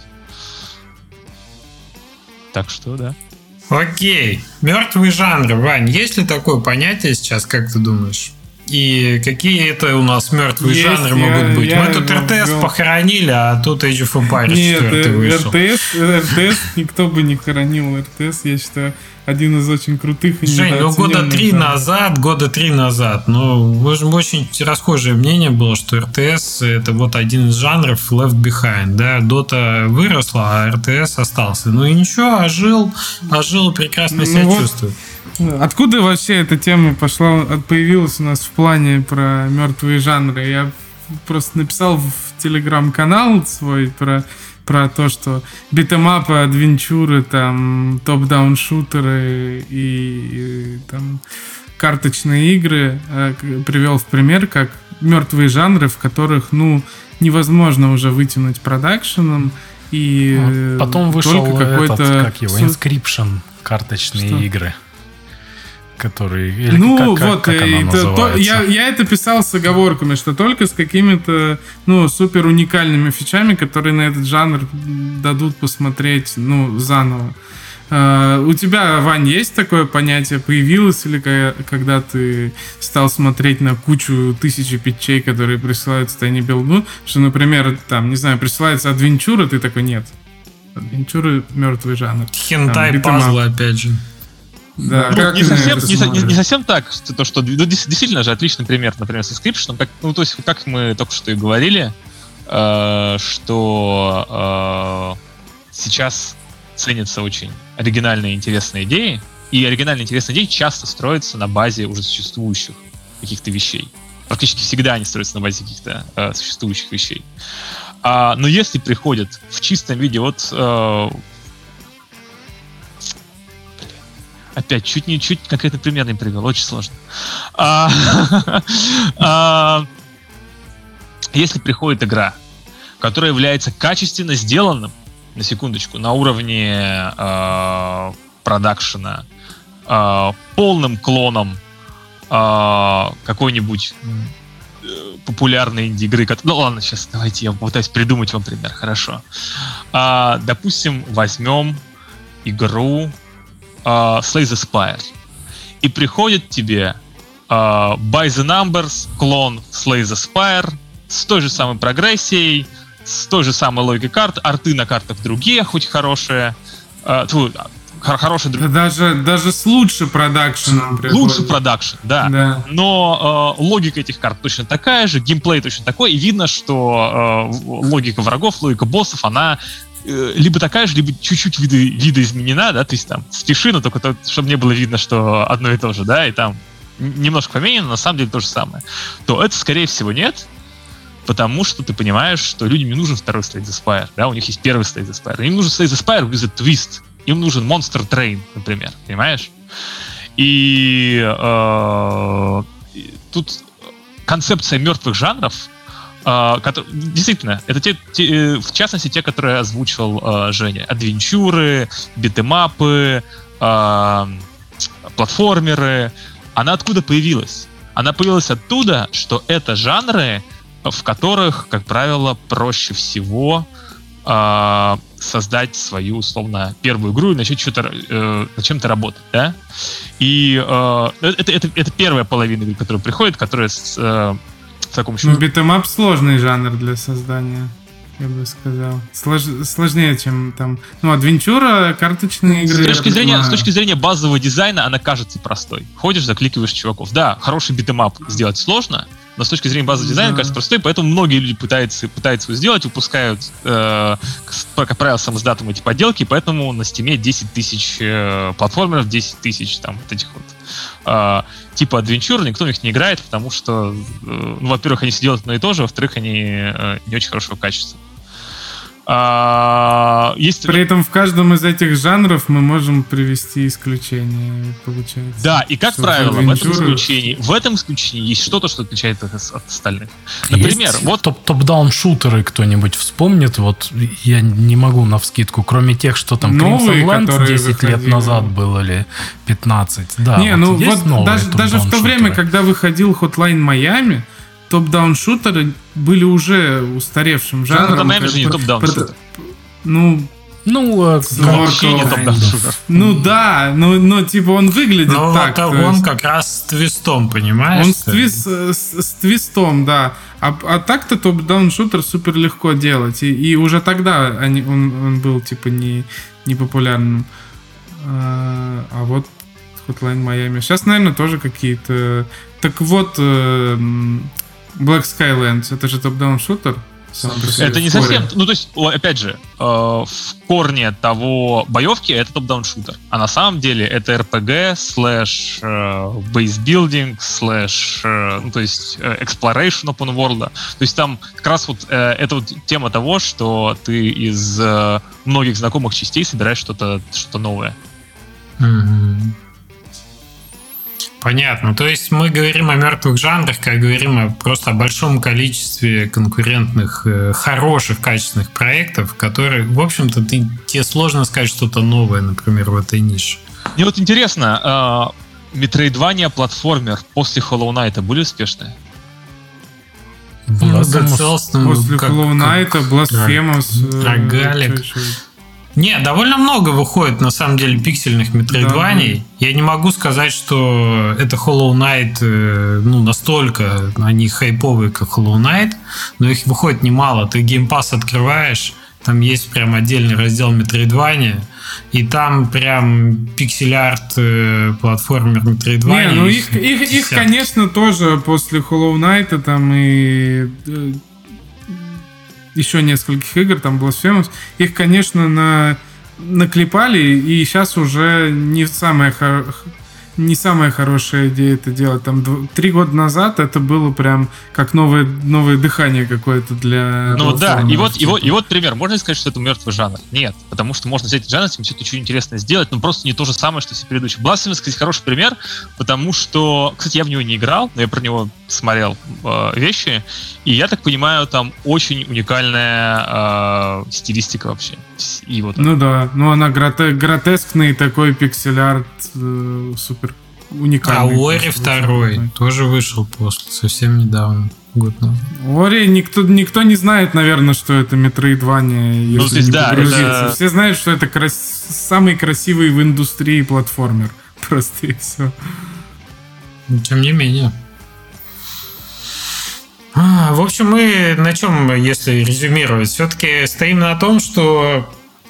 Так что, да. Окей. Мертвый жанр, Вань, есть ли такое понятие сейчас, как ты думаешь? И какие это у нас мертвые есть, жанры я, могут быть? Мы тут эр ти эс ввел... похоронили, а тут Age of Empires четыре вышел. Нет, эр ти эс никто бы не хоронил. эр ти эс, я считаю, один из очень крутых и Жень, ну года три да. назад, года три назад, ну, очень расхожее мнение было, что эр ти эс это вот один из жанров Left Behind, да, Dota выросла, а эр ти эс остался. Ну и ничего, ожил, ожил и прекрасно ну себя вот. чувствует. Откуда вообще эта тема пошла, появилась у нас в плане про мертвые жанры? Я просто написал в телеграм-канал свой про, про то, что битэмапы, адвенчуры, там, топ-даун-шутеры и, и там, карточные игры привел в пример как мертвые жанры, в которых, ну, невозможно уже вытянуть продакшеном. И а потом вышел этот, как его, Inscription, карточные что? игры. Который, или ну как, вот, как она это, то, я, я это писал с оговорками, что только с какими-то ну, супер уникальными фичами, которые на этот жанр дадут посмотреть ну, заново. Uh, у тебя, Вань, есть такое понятие? Появилось или когда ты стал смотреть на кучу тысячи питчей, которые присылаются TinyBuild, что, например, там, не знаю, присылается адвенчура, ты такой, нет. Адвенчуры — мертвый жанр. Хентай-пазлы, опять же. Да, Ну, как не, ты на совсем, это не, со- не- не смотришь? совсем так, что, то, что ну, дес- действительно же отличный пример, например, со скрипшеном. Как, ну, то есть, как мы только что и говорили, э, что э, сейчас ценятся очень оригинальные интересные идеи, и оригинальные интересные идеи часто строятся на базе уже существующих каких-то вещей. Практически всегда они строятся на базе каких-то э, существующих вещей. А, но если приходят в чистом виде, вот э, опять чуть не чуть конкретный пример не привел, очень сложно. А, а, если приходит игра, которая является качественно сделанным, на секундочку, на уровне э, продакшена, э, полным клоном э, какой-нибудь э, популярной инди-игры. ко- Ну ладно, сейчас давайте я попытаюсь придумать вам пример. Хорошо. А, допустим, возьмем игру э, Slay the Spire. И приходит тебе э, By the Numbers клон Slay the Spire с той же самой прогрессией, с той же самой логикой карт, арты на картах другие, хоть хорошие, э, тьфу, хор- хорошие Да друг- даже, даже с лучше продакшеном приходит. лучше продакшн, да. Да. Но э, логика этих карт точно такая же, геймплей точно такой, и видно, что э, логика врагов, логика боссов, она э, либо такая же, либо чуть-чуть видо- видоизменена, да, то есть там спеши, но только то, чтобы не было видно, что одно и то же, да, и там н- немножко поменяно, на самом деле то же самое. То это, скорее всего, нет, потому что ты понимаешь, что людям не нужен второй Slay the Spire, да, у них есть первый Slay the Spire. Им нужен Slay the Spire with a twist. Им нужен Monster Train, например, понимаешь? И э, и тут концепция мертвых жанров, э, кото- действительно, это те, те, э, в частности, те, которые озвучивал э, Женя. Адвенчуры, битэмапы, э, платформеры. Она откуда появилась? Она появилась оттуда, что это жанры, в которых, как правило, проще всего э, создать свою, условно, первую игру и начать что-то, э, над чем-то работать, да? И э, это, это, это первая половина игры, которая приходит, которая с, э, в таком Ну, битэмап сложный жанр для создания, я бы сказал. Слож- сложнее, чем там... Ну, адвенчура, карточные игры... С точки, я зрения, с понимаю. точки зрения базового дизайна она кажется простой. Ходишь, закликиваешь чуваков. Да, хороший битэмап сделать сложно, но с точки зрения базового дизайна Да. кажется простой, поэтому многие люди пытаются, пытаются его сделать, выпускают, э, к- как правило, сам с датом эти подделки, поэтому на Steam десять тысяч э, платформеров, десять тысяч там вот этих вот э, типа адвенчур, никто в них не играет, потому что, э, ну, во-первых, они все делают одно и то же, во-вторых, они э, не очень хорошего качества. А, есть... При этом в каждом из этих жанров мы можем привести исключение, получается. Да, и как Что правило, в этом адвенчуры- исключении, в этом исключении есть что-то, что отличает их от от остальных. Например, Есть вот топ- топ-даун шутеры кто-нибудь вспомнит? Вот я не могу навскидку, кроме тех, что там Новые, Crimson Land которые десять лет выходили. назад было или пятнадцать. Да, Не, ну есть вот новые даже, даже в то топ-даун время, шутеры? когда выходил Hotline Miami, топ-даун шутеры были уже устаревшим жанром. Hotline Miami же не Про- топ-даун про- шутер. Ну, Ну, э, Сорок вообще не kind топ-даун of. шутер. ну да, ну, ну типа он выглядит Ну, так. это то он есть как раз с твистом, понимаешь? он с, твис- с- с твистом, да. А, а так-то топ-даун шутер супер легко делать. И, и уже тогда они, он, он был типа не, не популярным. А, а вот Hotline Miami. Сейчас, наверное, тоже какие-то... Так вот, э, м, Black Skylands, это же топ-даун шутер. сам по себе Это не в коре. совсем... Ну, то есть, о, опять же, э, в корне того боевки это топ-даун шутер. А на самом деле это эр пи джи слэш бейсбилдинг слэш, э, ну, то есть, э, exploration open world. То есть там как раз вот э, это вот тема того, что ты из э, многих знакомых частей собираешь что-то что новое. Мгм. Понятно. То есть мы говорим о мертвых жанрах, как говорим о просто о большом количестве конкурентных, э, хороших, качественных проектов, которые, в общем-то, ты, тебе сложно сказать что-то новое, например, в этой нише. Мне вот интересно, э, Metroidvania платформер после Hollow Knight были успешные? Ну, Blasphemous. Dead Cells, ну, После как- Hollow Knight, как- Blasphemous... э, Рогалик. чё ещё? Не, довольно много выходит, на самом деле, пиксельных метроидваний. Я не могу сказать, что это Hollow Knight, э, ну, настолько они хайповые, как Hollow Knight, но их выходит немало. Ты геймпасс открываешь, Там есть прям отдельный раздел Metroidvania, и там прям пиксель-арт платформер Metroidvania. Не, ну их, их, их, конечно, тоже после Hollow Knight там и э, еще нескольких игр, там Blasphemous, их, конечно, на, наклепали, и сейчас уже не самая хорошая не самая хорошая идея это делать. Там дв- три года назад это было прям как новое, новое дыхание какое-то для... Ну да, и вот, и, вот, и вот пример. Можно сказать, что это мертвый жанр? Нет, потому что можно взять жанр, с ним все-таки что-то интересное сделать, но просто не то же самое, что все предыдущие. Blasphemous, кстати, хороший пример, потому что... Кстати, я в него не играл, но я про него смотрел э, вещи, и я так понимаю, там очень уникальная э, стилистика вообще. И вот ну да, ну она гроте- гротескный такой пиксель-арт, э, супер уникальный. А Ори второй тоже вышел после, совсем недавно, год назад. Ори никто, никто не знает, наверное, что это Metroidvania, если ну, здесь, не да, погрузиться. Это... Все знают, что это крас... самый красивый в индустрии платформер. Просто и все. Но, тем не менее. А, в общем, мы на чем, если резюмировать, все-таки стоим на том, что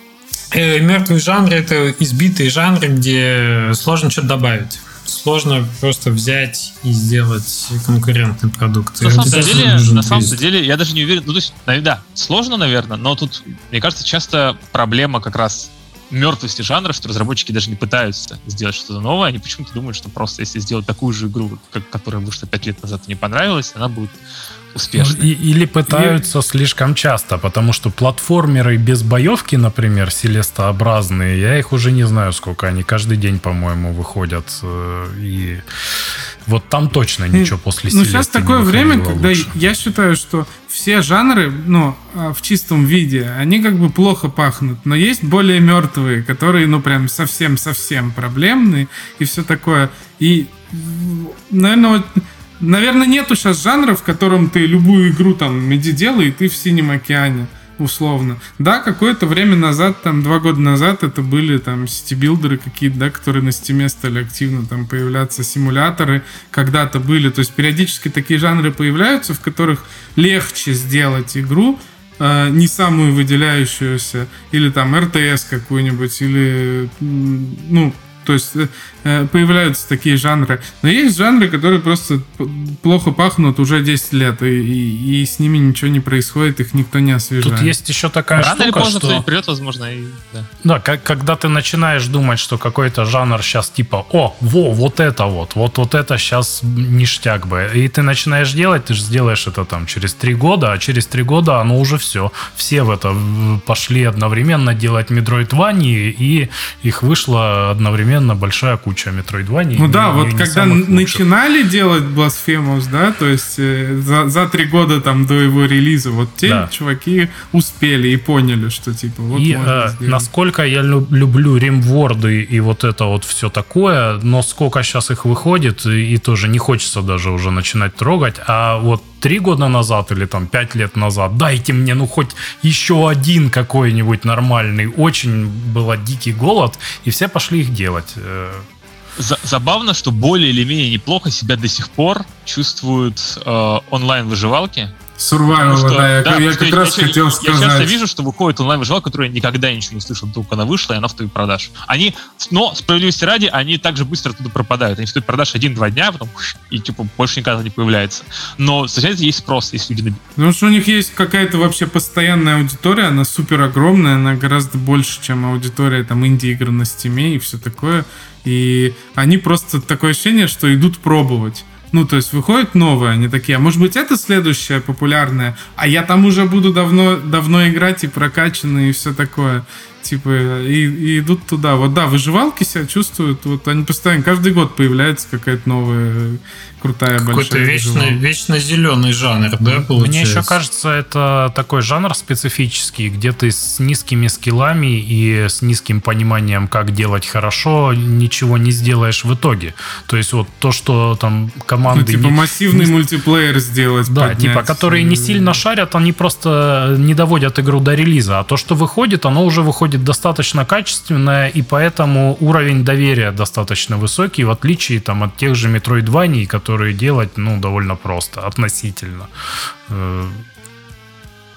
э, мертвый жанр — это избитый жанр, где сложно что-то добавить. Сложно просто взять и сделать конкурентный продукт. На самом деле, на самом деле, я даже не уверен. Ну, то есть, да, сложно, наверное, но тут, мне кажется, часто проблема как раз мертвости жанра, что разработчики даже не пытаются сделать что-то новое, они почему-то думают, что просто если сделать такую же игру, как, которая вышла пять лет назад и не понравилась, она будет успешной. И, или пытаются и... слишком часто, потому что платформеры без боевки, например, селестообразные, я их уже не знаю сколько, они каждый день, по-моему, выходят, и вот там точно ничего после Селесты. Ну, сейчас такое время, когда лучше. Я считаю, что все жанры, ну, в чистом виде, они как бы плохо пахнут, но есть более мертвые, которые, ну, прям совсем-совсем проблемные и все такое. И, наверное, вот, наверное, нету сейчас жанра, в котором ты любую игру там иди делай, и ты в синем океане, условно. Да, какое-то время назад, там, два года назад, это были там сити-билдеры какие-то, да, которые на Steam стали активно там появляться, симуляторы когда-то были. То есть периодически такие жанры появляются, в которых легче сделать игру, э, не самую выделяющуюся, или там эр тэ эс какую-нибудь, или, ну, то есть э, появляются такие жанры. Но есть жанры, которые просто плохо пахнут уже десять лет, и, и, и с ними ничего не происходит, их никто не освежает. Тут есть еще такая Рано штука, или поздно что... кто-нибудь придет, возможно, и... Да, да как, когда ты начинаешь думать, что какой-то жанр сейчас типа «О, во, вот это вот, вот, вот это сейчас ништяк бы». И ты начинаешь делать, ты же сделаешь это там через три года, а через три года оно уже все. Все в это пошли одновременно делать Metroidvania, и их вышло одновременно большая куча Metroidvania. Ну да, вот когда начинали делать Blasphemous, да, то есть э, за, за три года там до его релиза, вот те да. чуваки успели и поняли, что типа вот и э, насколько я лю- люблю ремворды и вот это вот все такое, но сколько сейчас их выходит, и, и тоже не хочется даже уже начинать трогать, а вот три года назад или там пять лет назад дайте мне ну хоть еще один какой-нибудь нормальный, очень был дикий голод, и все пошли их делать. Забавно, что более или менее неплохо себя до сих пор чувствуют э, онлайн-выживалки. Survival, что, да, я, да, я как я, раз я, хотел я, сказать. Я часто вижу, что выходит онлайн-выживалка, которую я никогда ничего не слышал, только она вышла, и она в топ продаж. Они, но, справедливости ради, они также быстро оттуда пропадают. Они в топ продаж один-два дня, потом и типа больше никогда не появляется. Но, кстати, есть спрос, есть люди... Потому что у них есть какая-то вообще постоянная аудитория, она супер огромная, она гораздо больше, чем аудитория там инди-игр на Steam и все такое. И они просто такое ощущение, что идут пробовать. Ну, то есть выходит новое, они такие, а может быть это следующее популярное, а я там уже буду давно, давно играть и прокачанный и все такое. Типа, и, и идут туда. Вот да, выживалки себя чувствуют, вот они постоянно, каждый год появляется какая-то новая крутая, какой-то большая вечно, вечно зеленый жанр, да, получается? Мне еще кажется, это такой жанр специфический, где ты с низкими скиллами и с низким пониманием, как делать хорошо, ничего не сделаешь в итоге. То есть вот то, что там команды... Ну, типа не, массивный не, мультиплеер сделать. Да, поднять. типа, которые не сильно шарят, они просто не доводят игру до релиза. А то, что выходит, оно уже выходит достаточно качественное, и поэтому уровень доверия достаточно высокий, в отличие там, от тех же Metroidvania, которые делать ну, довольно просто, относительно.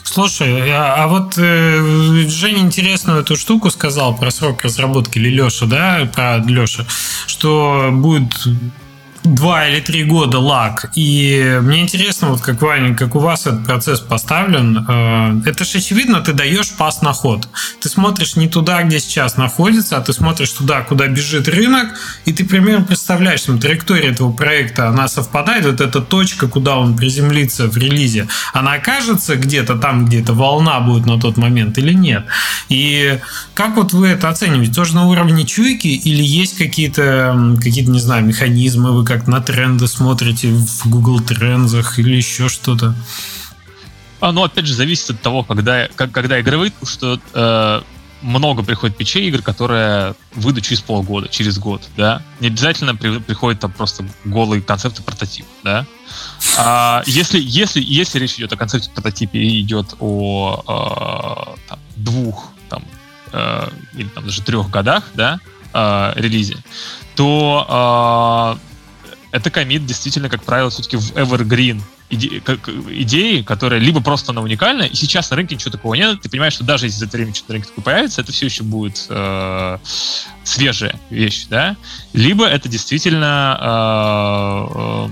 Слушай, а, а вот э, Женя интересную эту штуку сказал про срок разработки, или Леша, да, про Леша, что будет два или три года лаг. И мне интересно, вот как, Ваня, как у вас этот процесс поставлен. Это же очевидно, ты даешь пас на ход. Ты смотришь не туда, где сейчас находится, а ты смотришь туда, куда бежит рынок, и ты примерно представляешь, что траектория этого проекта, она совпадает, вот эта точка, куда он приземлится в релизе, она окажется где-то там, где-то волна будет на тот момент или нет. И как вот вы это оцениваете? Тоже на уровне чуйки или есть какие-то, какие-то, не знаю, механизмы, вы как на тренды смотрите в Google Трендах или еще что-то? А, ну, опять же, зависит от того, когда, как, когда игры выйдут, что э, много приходит пичей игр, которые выйдут через полгода, через год, да. Не обязательно при, приходят там просто голые концепты прототипа, да. А если, если, если речь идет о концепте прототипе и идет о э, там, двух там, э, или там, даже трех годах, да, э, релизе, то э, это коммит действительно, как правило, все-таки в evergreen иде- как, идеи, которая либо просто она уникальна, и сейчас на рынке ничего такого нет, ты понимаешь, что даже если за это время что-то на рынке такое появится, это все еще будет э, свежая вещь, да, либо это действительно э, э,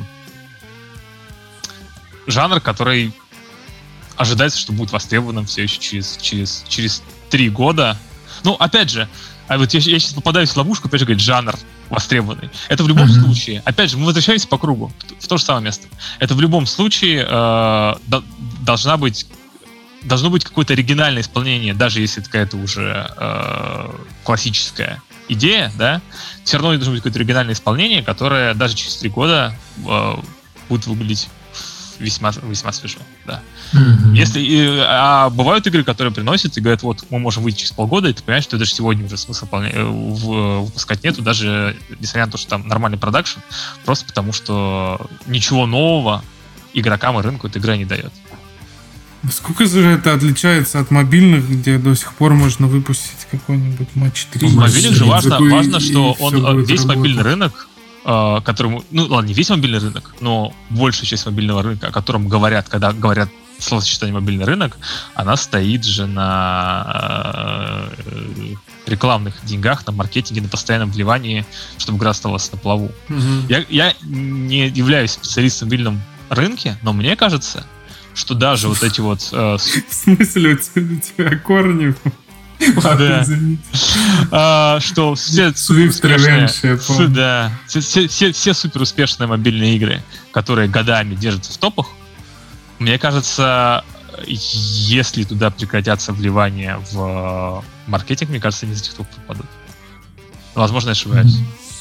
жанр, который ожидается, что будет востребованным все еще через, через, через три года. Ну, опять же, а вот я, я сейчас попадаюсь в ловушку, опять же, говорит, жанр востребованный. Это в любом uh-huh. случае, опять же, мы возвращаемся по кругу, в то же самое место. Это в любом случае э, до, должна быть, должно быть какое-то оригинальное исполнение, даже если это какая-то уже э, классическая идея, да, все равно должно быть какое-то оригинальное исполнение, которое даже через три года э, будет выглядеть весьма, весьма свежо, да. Mm-hmm. Если, а бывают игры, которые приносят и говорят, вот, мы можем выйти через полгода, и ты понимаешь, что даже сегодня уже смысла выпускать нету, даже несмотря на то, что там нормальный продакшн, просто потому что ничего нового игрокам и рынку эта игра не дает. Сколько же это отличается от мобильных, где до сих пор можно выпустить какой-нибудь матч три? В мобильных же важно, важно, что он, весь работать. Мобильный рынок, которому, ну ладно, не весь мобильный рынок, но большая часть мобильного рынка, о котором говорят, когда говорят словосочетание мобильный рынок, она стоит же на э, рекламных деньгах, на маркетинге, на постоянном вливании, чтобы игра оставалась на плаву. Угу. Я, я не являюсь специалистом в мобильном рынке, но мне кажется, что даже вот эти вот... Э, в смысле, у тебя корни... Да. А, что все супер успешные, да, все, все, все супер успешные мобильные игры, которые годами держатся в топах, мне кажется, если туда прекратятся вливания в маркетинг, мне кажется, они из этих топов попадут. Возможно, я ошибаюсь.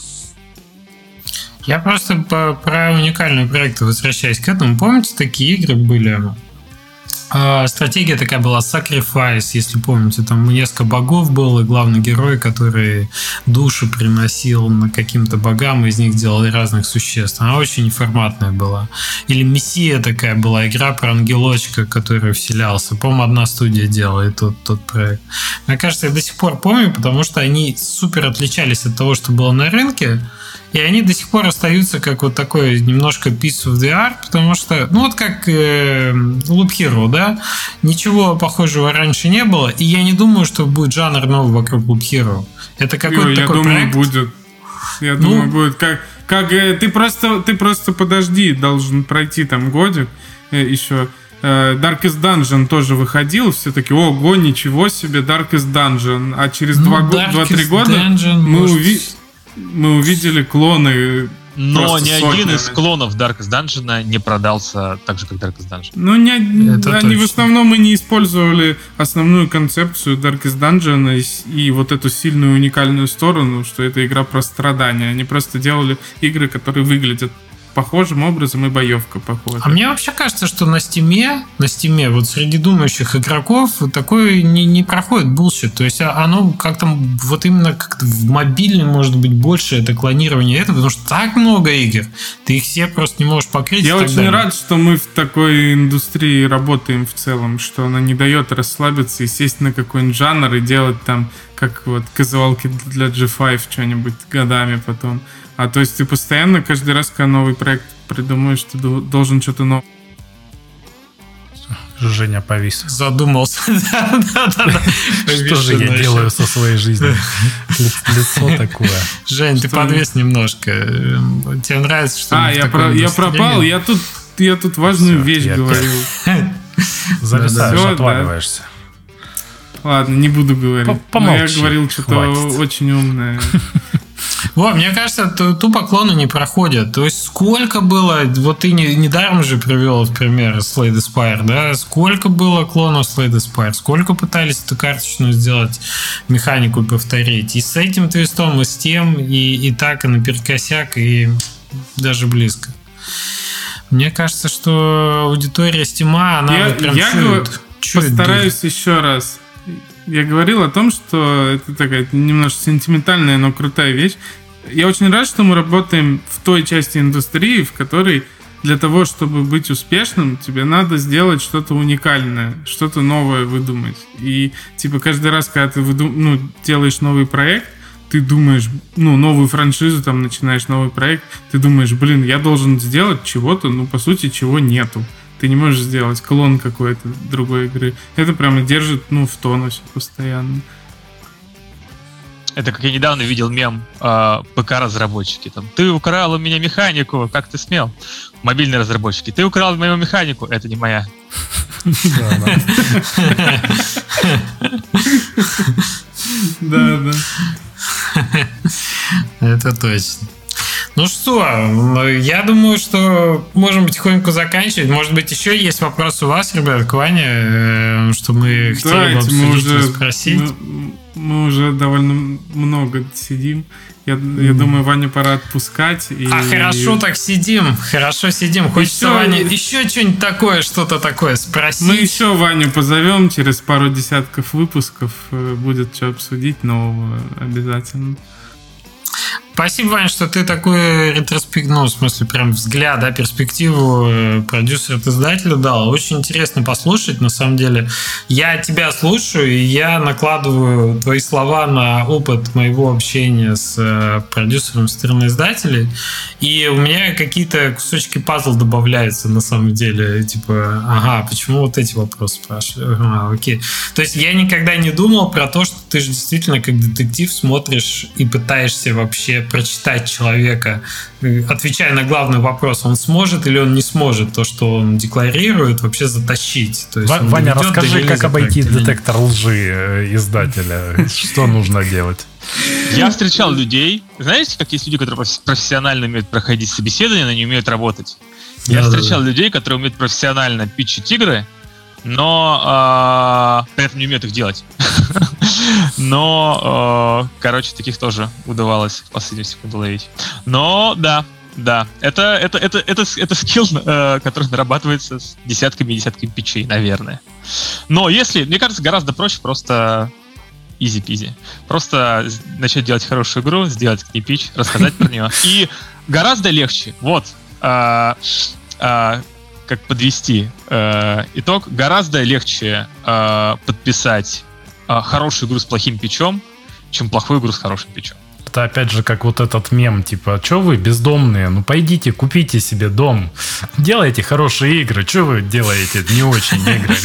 Я просто по, про уникальные проекты возвращаюсь к этому. Помните, такие игры были? Стратегия такая была Sacrifice, если помните, там несколько богов было, и главный герой, который души приносил на каким-то богам, и из них делали разных существ. Она очень форматная была. Или Мессия такая была, игра про ангелочка, который вселялся. По-моему, одна студия делает тот, тот проект. Мне кажется, я до сих пор помню, потому что они супер отличались от того, что было на рынке. И они до сих пор остаются как вот такой немножко piece of the art, потому что, ну вот как э, Loop Hero, да, ничего похожего раньше не было, и я не думаю, что будет жанр новый вокруг Loop Hero. Это какой-то я такой думаю, проект. будет. Я ну, думаю, будет. Как, как э, ты просто, ты просто подожди, должен пройти там годик э, еще. Э, Darkest Dungeon тоже выходил, все таки, ого, ничего себе, Darkest Dungeon. А через ну, два-три года Dungeon, мы может... увидели... Мы увидели клоны. Но ни сотнями. один из клонов Darkest Dungeon не продался так же, как Darkest Dungeon. Ну, не, они точно. В основном и не использовали основную концепцию Darkest Dungeon и, и вот эту сильную уникальную сторону, что это игра про страдания. Они просто делали игры, которые выглядят похожим образом, и боевка похожа. А мне вообще кажется, что на Стиме, на Стиме, вот среди думающих игроков такой не, не проходит булшит. То есть оно как-то вот именно как-то в мобильном может быть больше это клонирование этого, потому что так много игр, ты их все просто не можешь покрыть. Я очень далее. рад, что мы в такой индустрии работаем в целом, что она не дает расслабиться и сесть на какой-нибудь жанр и делать там, как вот казуалки для джи пять что-нибудь годами потом. А то есть ты постоянно, каждый раз, когда новый проект придумаешь, ты должен что-то новое. Женя повис. Задумался. Что же я делаю со своей жизнью? Лицо такое. Жень, ты подвес немножко. Тебе нравится, что А, я пропал, я тут я тут важную вещь говорил. Зависаешь, отваливаешься. Ладно, не буду говорить. Помолчи, я говорил что-то очень умное. Во, мне кажется, тупо клоны не проходят. То есть сколько было, вот ты не, недаром же привел в пример Slay the Spire, да? Сколько было клонов Slay the Spire, сколько пытались эту карточную сделать механику и повторить. И с этим твистом, и с тем, и, и так, и наперекосяк, и даже близко. Мне кажется, что аудитория Стима, она я, вот прям я чует, чует постараюсь дух. Еще раз. Я говорил о том, что это такая немножко сентиментальная, но крутая вещь. Я очень рад, что мы работаем в той части индустрии, в которой для того, чтобы быть успешным, тебе надо сделать что-то уникальное, что-то новое выдумать. И типа каждый раз, когда ты выдум... ну, делаешь новый проект, ты думаешь, ну, новую франшизу, там, начинаешь новый проект, ты думаешь, блин, я должен сделать чего-то, ну, по сути, чего нету. Ты не можешь сделать клон какой-то другой игры. Это прямо держит, ну, в тонусе постоянно. Это как я недавно видел мем э, ПК-разработчики. Там, ты украл у меня механику, как ты смел? Мобильные разработчики. Ты украл мою механику, это не моя. Да, да. Это точно. Ну что, я думаю, что можем потихоньку заканчивать. Может быть, еще есть вопрос у вас, ребят, к Ване, что мы хотели бы обсудить и спросить. Мы, мы уже довольно много сидим. Я, mm. я думаю, Ваню пора отпускать. И... А хорошо так сидим, хорошо сидим. Хочется еще... Ване еще что-нибудь такое, что-то такое спросить. Мы еще Ваню позовем через пару десятков выпусков. Будет что обсудить нового обязательно. Спасибо, Вань, что ты такой ретроспективный, ну, в смысле, прям взгляд, да, перспективу продюсера от издателя дал. Очень интересно послушать, на самом деле. Я тебя слушаю, и я накладываю твои слова на опыт моего общения с продюсером со стороны издателей, и у меня какие-то кусочки пазла добавляются, на самом деле. Типа, ага, почему вот эти вопросы спрашивали? Ага, окей. То есть я никогда не думал про то, что ты же действительно как детектив смотришь и пытаешься вообще прочитать человека, отвечая на главный вопрос, он сможет или он не сможет то, что он декларирует, вообще затащить. То есть В- Ваня, расскажи, как обойти детектор лжи издателя. Что нужно делать? Я встречал людей, знаете, как есть люди, которые профессионально умеют проходить собеседование, но не умеют работать. Я да, встречал да. людей, которые умеют профессионально питчить игры, но э, при этом не умеют их делать. Но, э, короче, таких тоже удавалось в последнюю секунду ловить. Но, да, да, это, это, это, это, это скилл, э, который нарабатывается с десятками и десятками питчей, наверное. Но если, мне кажется, гораздо проще просто изи-пизи. Просто начать делать хорошую игру, сделать к ней питч, рассказать про нее. И гораздо легче, вот, э, э, как подвести э, итог, гораздо легче э, подписать э, хорошую игру с плохим питчом, чем плохую игру с хорошим питчом. Это опять же как вот этот мем, типа, что вы бездомные, ну пойдите, купите себе дом, делайте хорошие игры, что вы делаете не очень игры?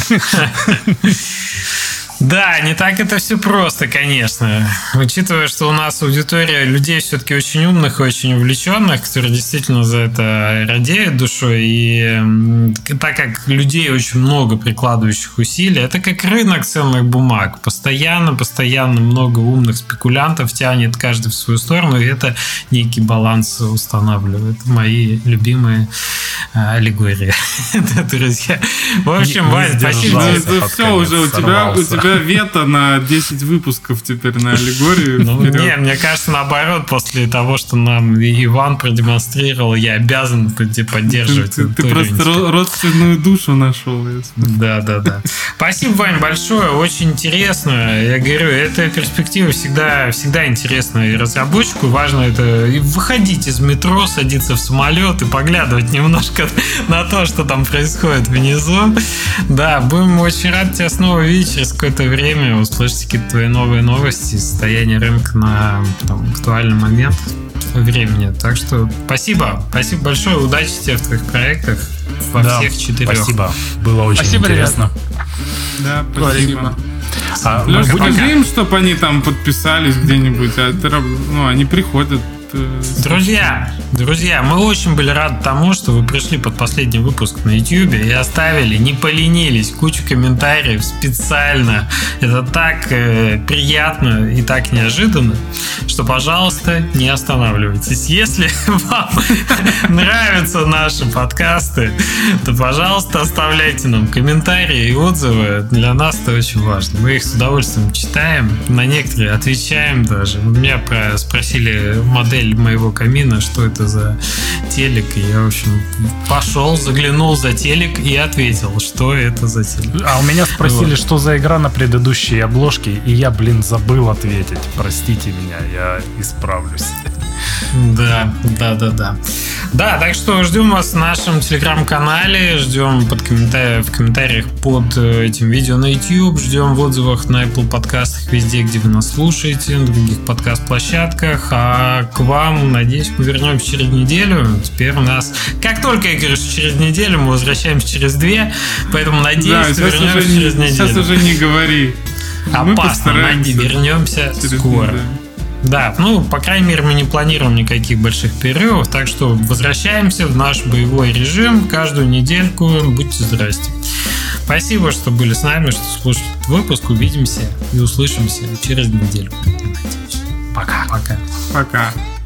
Да, не так это все просто, конечно. Учитывая, что у нас аудитория людей все-таки очень умных и очень увлеченных, которые действительно за это радеют душой, и так как людей очень много прикладывающих усилий, это как рынок ценных бумаг. Постоянно, постоянно много умных спекулянтов тянет каждый в свою сторону, и это некий баланс устанавливает. Мои любимые аллегории, друзья. В общем, Вань, спасибо. Это все уже у тебя, у тебя вето на десять выпусков теперь на аллегорию. Ну, не, мне кажется, наоборот, после того, что нам Иван продемонстрировал, я обязан поддерживать. Ты, ты, ты просто родственную душу нашел. Да, да, да. Спасибо, Вань, большое, очень интересно. Я говорю, эта перспектива всегда, всегда интересна и разработчику. Важно это выходить из метро, садиться в самолет и поглядывать немножко на то, что там происходит внизу. Да, будем очень рады тебя снова видеть через какое-то время, услышать какие-то твои новые новости, состояние рынка на там, актуальный момент времени. Так что спасибо, спасибо большое, удачи тебе в твоих проектах. во Да, всех четырех. Спасибо. Было очень Спасибо, интересно. Да, спасибо. А, Леш, мы будем- скажи им, чтобы они там подписались где-нибудь. А ты раб- ну, они приходят. э, Друзья, друзья, мы очень были рады тому, что вы пришли под последний выпуск на YouTube и оставили, не поленились, кучу комментариев специально. Это так э, приятно и так неожиданно, что, пожалуйста, не останавливайтесь. Если вам нравятся наши подкасты, то, пожалуйста, оставляйте нам комментарии и отзывы. Для нас это очень важно. Мы их с удовольствием читаем, на некоторые отвечаем даже. Меня про- спросили модель моего камина, что это за телек. И я, в общем, пошел, заглянул за телек и ответил, что это за телек. А у меня спросили, Вот. что за игра на предыдущей обложке, и я, блин, забыл ответить. Простите меня, я исправлюсь. Да, да, да, да. Да, так что ждем вас в нашем телеграм-канале, ждем под комментарий, в комментариях под э, этим видео на YouTube, ждем в отзывах на Apple подкастах, везде, где вы нас слушаете, на других подкаст-площадках. А к вам, надеюсь, мы вернемся через неделю. Теперь у нас, как только я говорю, что через неделю, мы возвращаемся через две, поэтому Да, надеюсь, сейчас вернемся уже, не, через неделю. сейчас уже не говори. Мы Опасно, постараемся Нади, вернемся через скоро. неделю. Да, ну, по крайней мере, мы не планируем никаких больших перерывов, так что возвращаемся в наш боевой режим каждую недельку. Будьте здрасте. Спасибо, что были с нами, что слушали этот выпуск. Увидимся и услышимся через недельку. Пока. Пока. Пока.